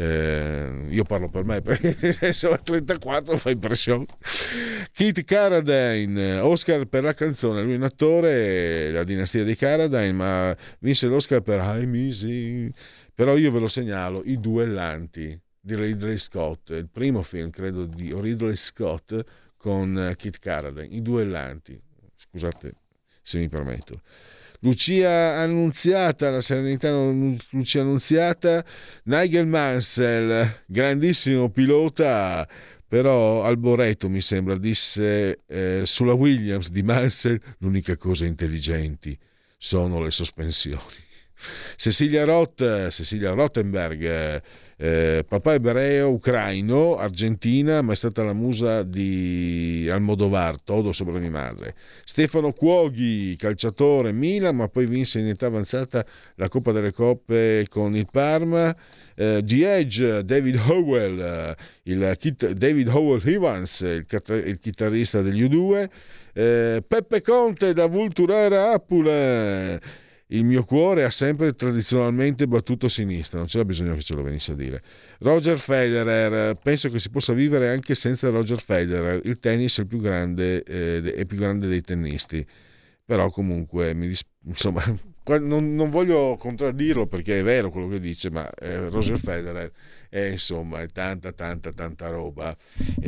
eh, io parlo per me, perché se a trentaquattro fa impressione. Keith Carradine, Oscar per la canzone, lui è un attore, la dinastia dei Carradine, ma vinse l'Oscar per I'm Easy. Però io ve lo segnalo, I duellanti di Ridley Scott, il primo film credo di Ridley Scott con Keith Carradine, I duellanti, scusate se mi permetto. Lucia Annunziata, la serenità Lucia Annunziata. Nigel Mansell, grandissimo pilota, però Alboreto mi sembra disse eh, sulla Williams di Mansell: l'unica cosa intelligenti sono le sospensioni. Cecilia Roth, Cecilia Rothenberg, eh, papà ebreo ucraino, argentina, ma è stata la musa di Almodovar, Todo sobre mi madre. Stefano Cuoghi, calciatore, Milan, ma poi vinse in età avanzata la Coppa delle Coppe con il Parma. eh, The Edge, David Howell, il kit- David Howell Evans, il, cat- il chitarrista degli U due. eh, Peppe Conte da Vulturera Appule. Il mio cuore ha sempre tradizionalmente battuto a sinistra, non c'era bisogno che ce lo venisse a dire. Roger Federer, penso che si possa vivere anche senza Roger Federer, il tennis è il più grande, eh, è il più grande dei tennisti, però comunque mi dis- insomma non, non voglio contraddirlo perché è vero quello che dice, ma eh, Roger Federer è insomma è tanta tanta tanta roba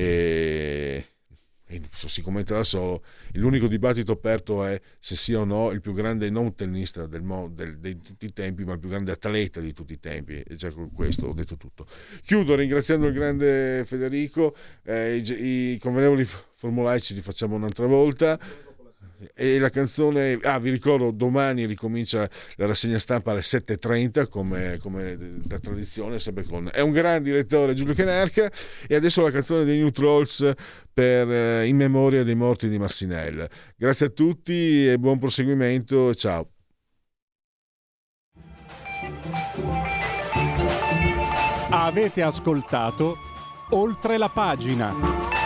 e... E si commenta da solo. L'unico dibattito aperto è se sia o no il più grande non tennista del mo- del, di tutti i tempi, ma il più grande atleta di tutti i tempi. E già con questo ho detto tutto. Chiudo ringraziando il grande Federico. Eh, i, i convenevoli formulaici li facciamo un'altra volta. E la canzone, ah vi ricordo, domani ricomincia la rassegna stampa alle sette e trenta come, come da tradizione, sempre con è un gran direttore Giulio Cainarca. E adesso la canzone dei New Trolls per eh, in memoria dei morti di Marcinelle. Grazie a tutti e buon proseguimento, ciao. Avete ascoltato Oltre la pagina.